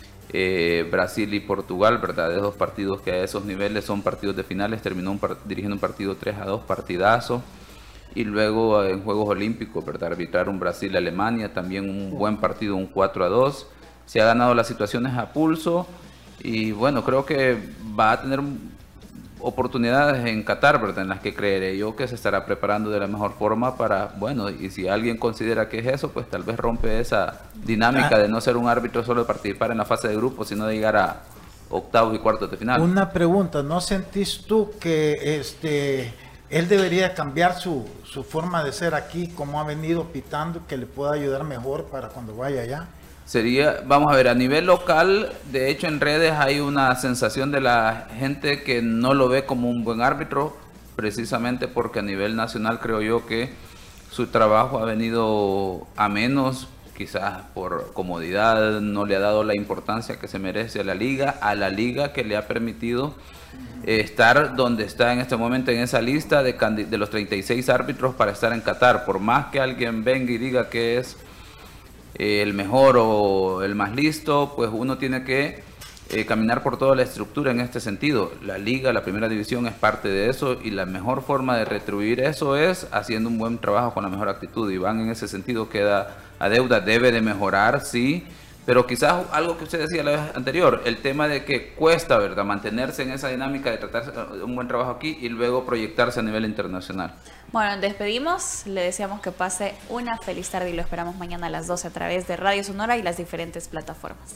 Brasil y Portugal, ¿verdad? De dos partidos que a esos niveles son partidos de finales. Terminó dirigiendo un partido 3-2, partidazo. Y luego en Juegos Olímpicos, ¿verdad? Arbitraron Brasil-Alemania, también un buen partido, un 4-2. Se ha ganado las situaciones a pulso. Y bueno, creo que va a tener oportunidades en Qatar, ¿verdad? En las que creeré yo que se estará preparando de la mejor forma para, bueno, y si alguien considera que es eso, pues tal vez rompe esa dinámica de no ser un árbitro solo de participar en la fase de grupos, sino de llegar a octavos y cuartos de final. Una pregunta, ¿no sentís tú que él debería cambiar su forma de ser aquí, como ha venido pitando, que le pueda ayudar mejor para cuando vaya allá? Sería, vamos a ver, a nivel local, de hecho en redes hay una sensación de la gente que no lo ve como un buen árbitro, precisamente porque a nivel nacional creo yo que su trabajo ha venido a menos, quizás por comodidad, no le ha dado la importancia que se merece a la liga que le ha permitido estar donde está en este momento en esa lista de los 36 árbitros para estar en Qatar. Por más que alguien venga y diga que es el mejor o el más listo, pues uno tiene que caminar por toda la estructura en este sentido. La liga, la primera división es parte de eso, y la mejor forma de retribuir eso es haciendo un buen trabajo con la mejor actitud. Iván en ese sentido queda a deuda, debe de mejorar, sí, pero quizás algo que usted decía la vez anterior, el tema de que cuesta, ¿verdad?, mantenerse en esa dinámica de tratar de un buen trabajo aquí y luego proyectarse a nivel internacional. Bueno, despedimos, le deseamos que pase una feliz tarde y lo esperamos mañana a las 12 a través de Radio Sonora y las diferentes plataformas.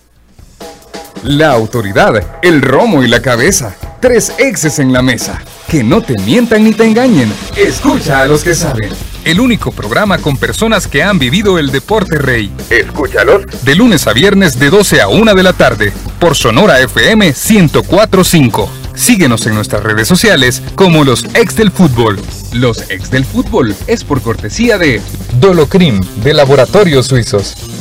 La autoridad, el romo y la cabeza. 3 exes en la mesa. Que no te mientan ni te engañen. Escucha a los que saben. el único programa con personas que han vivido el deporte rey. Escúchalos de lunes a viernes de 12 a 1 de la tarde por Sonora FM 104.5. Síguenos en nuestras redes sociales como Los Ex del Fútbol. Los Ex del Fútbol es por cortesía de Dolocrim de Laboratorios Suizos.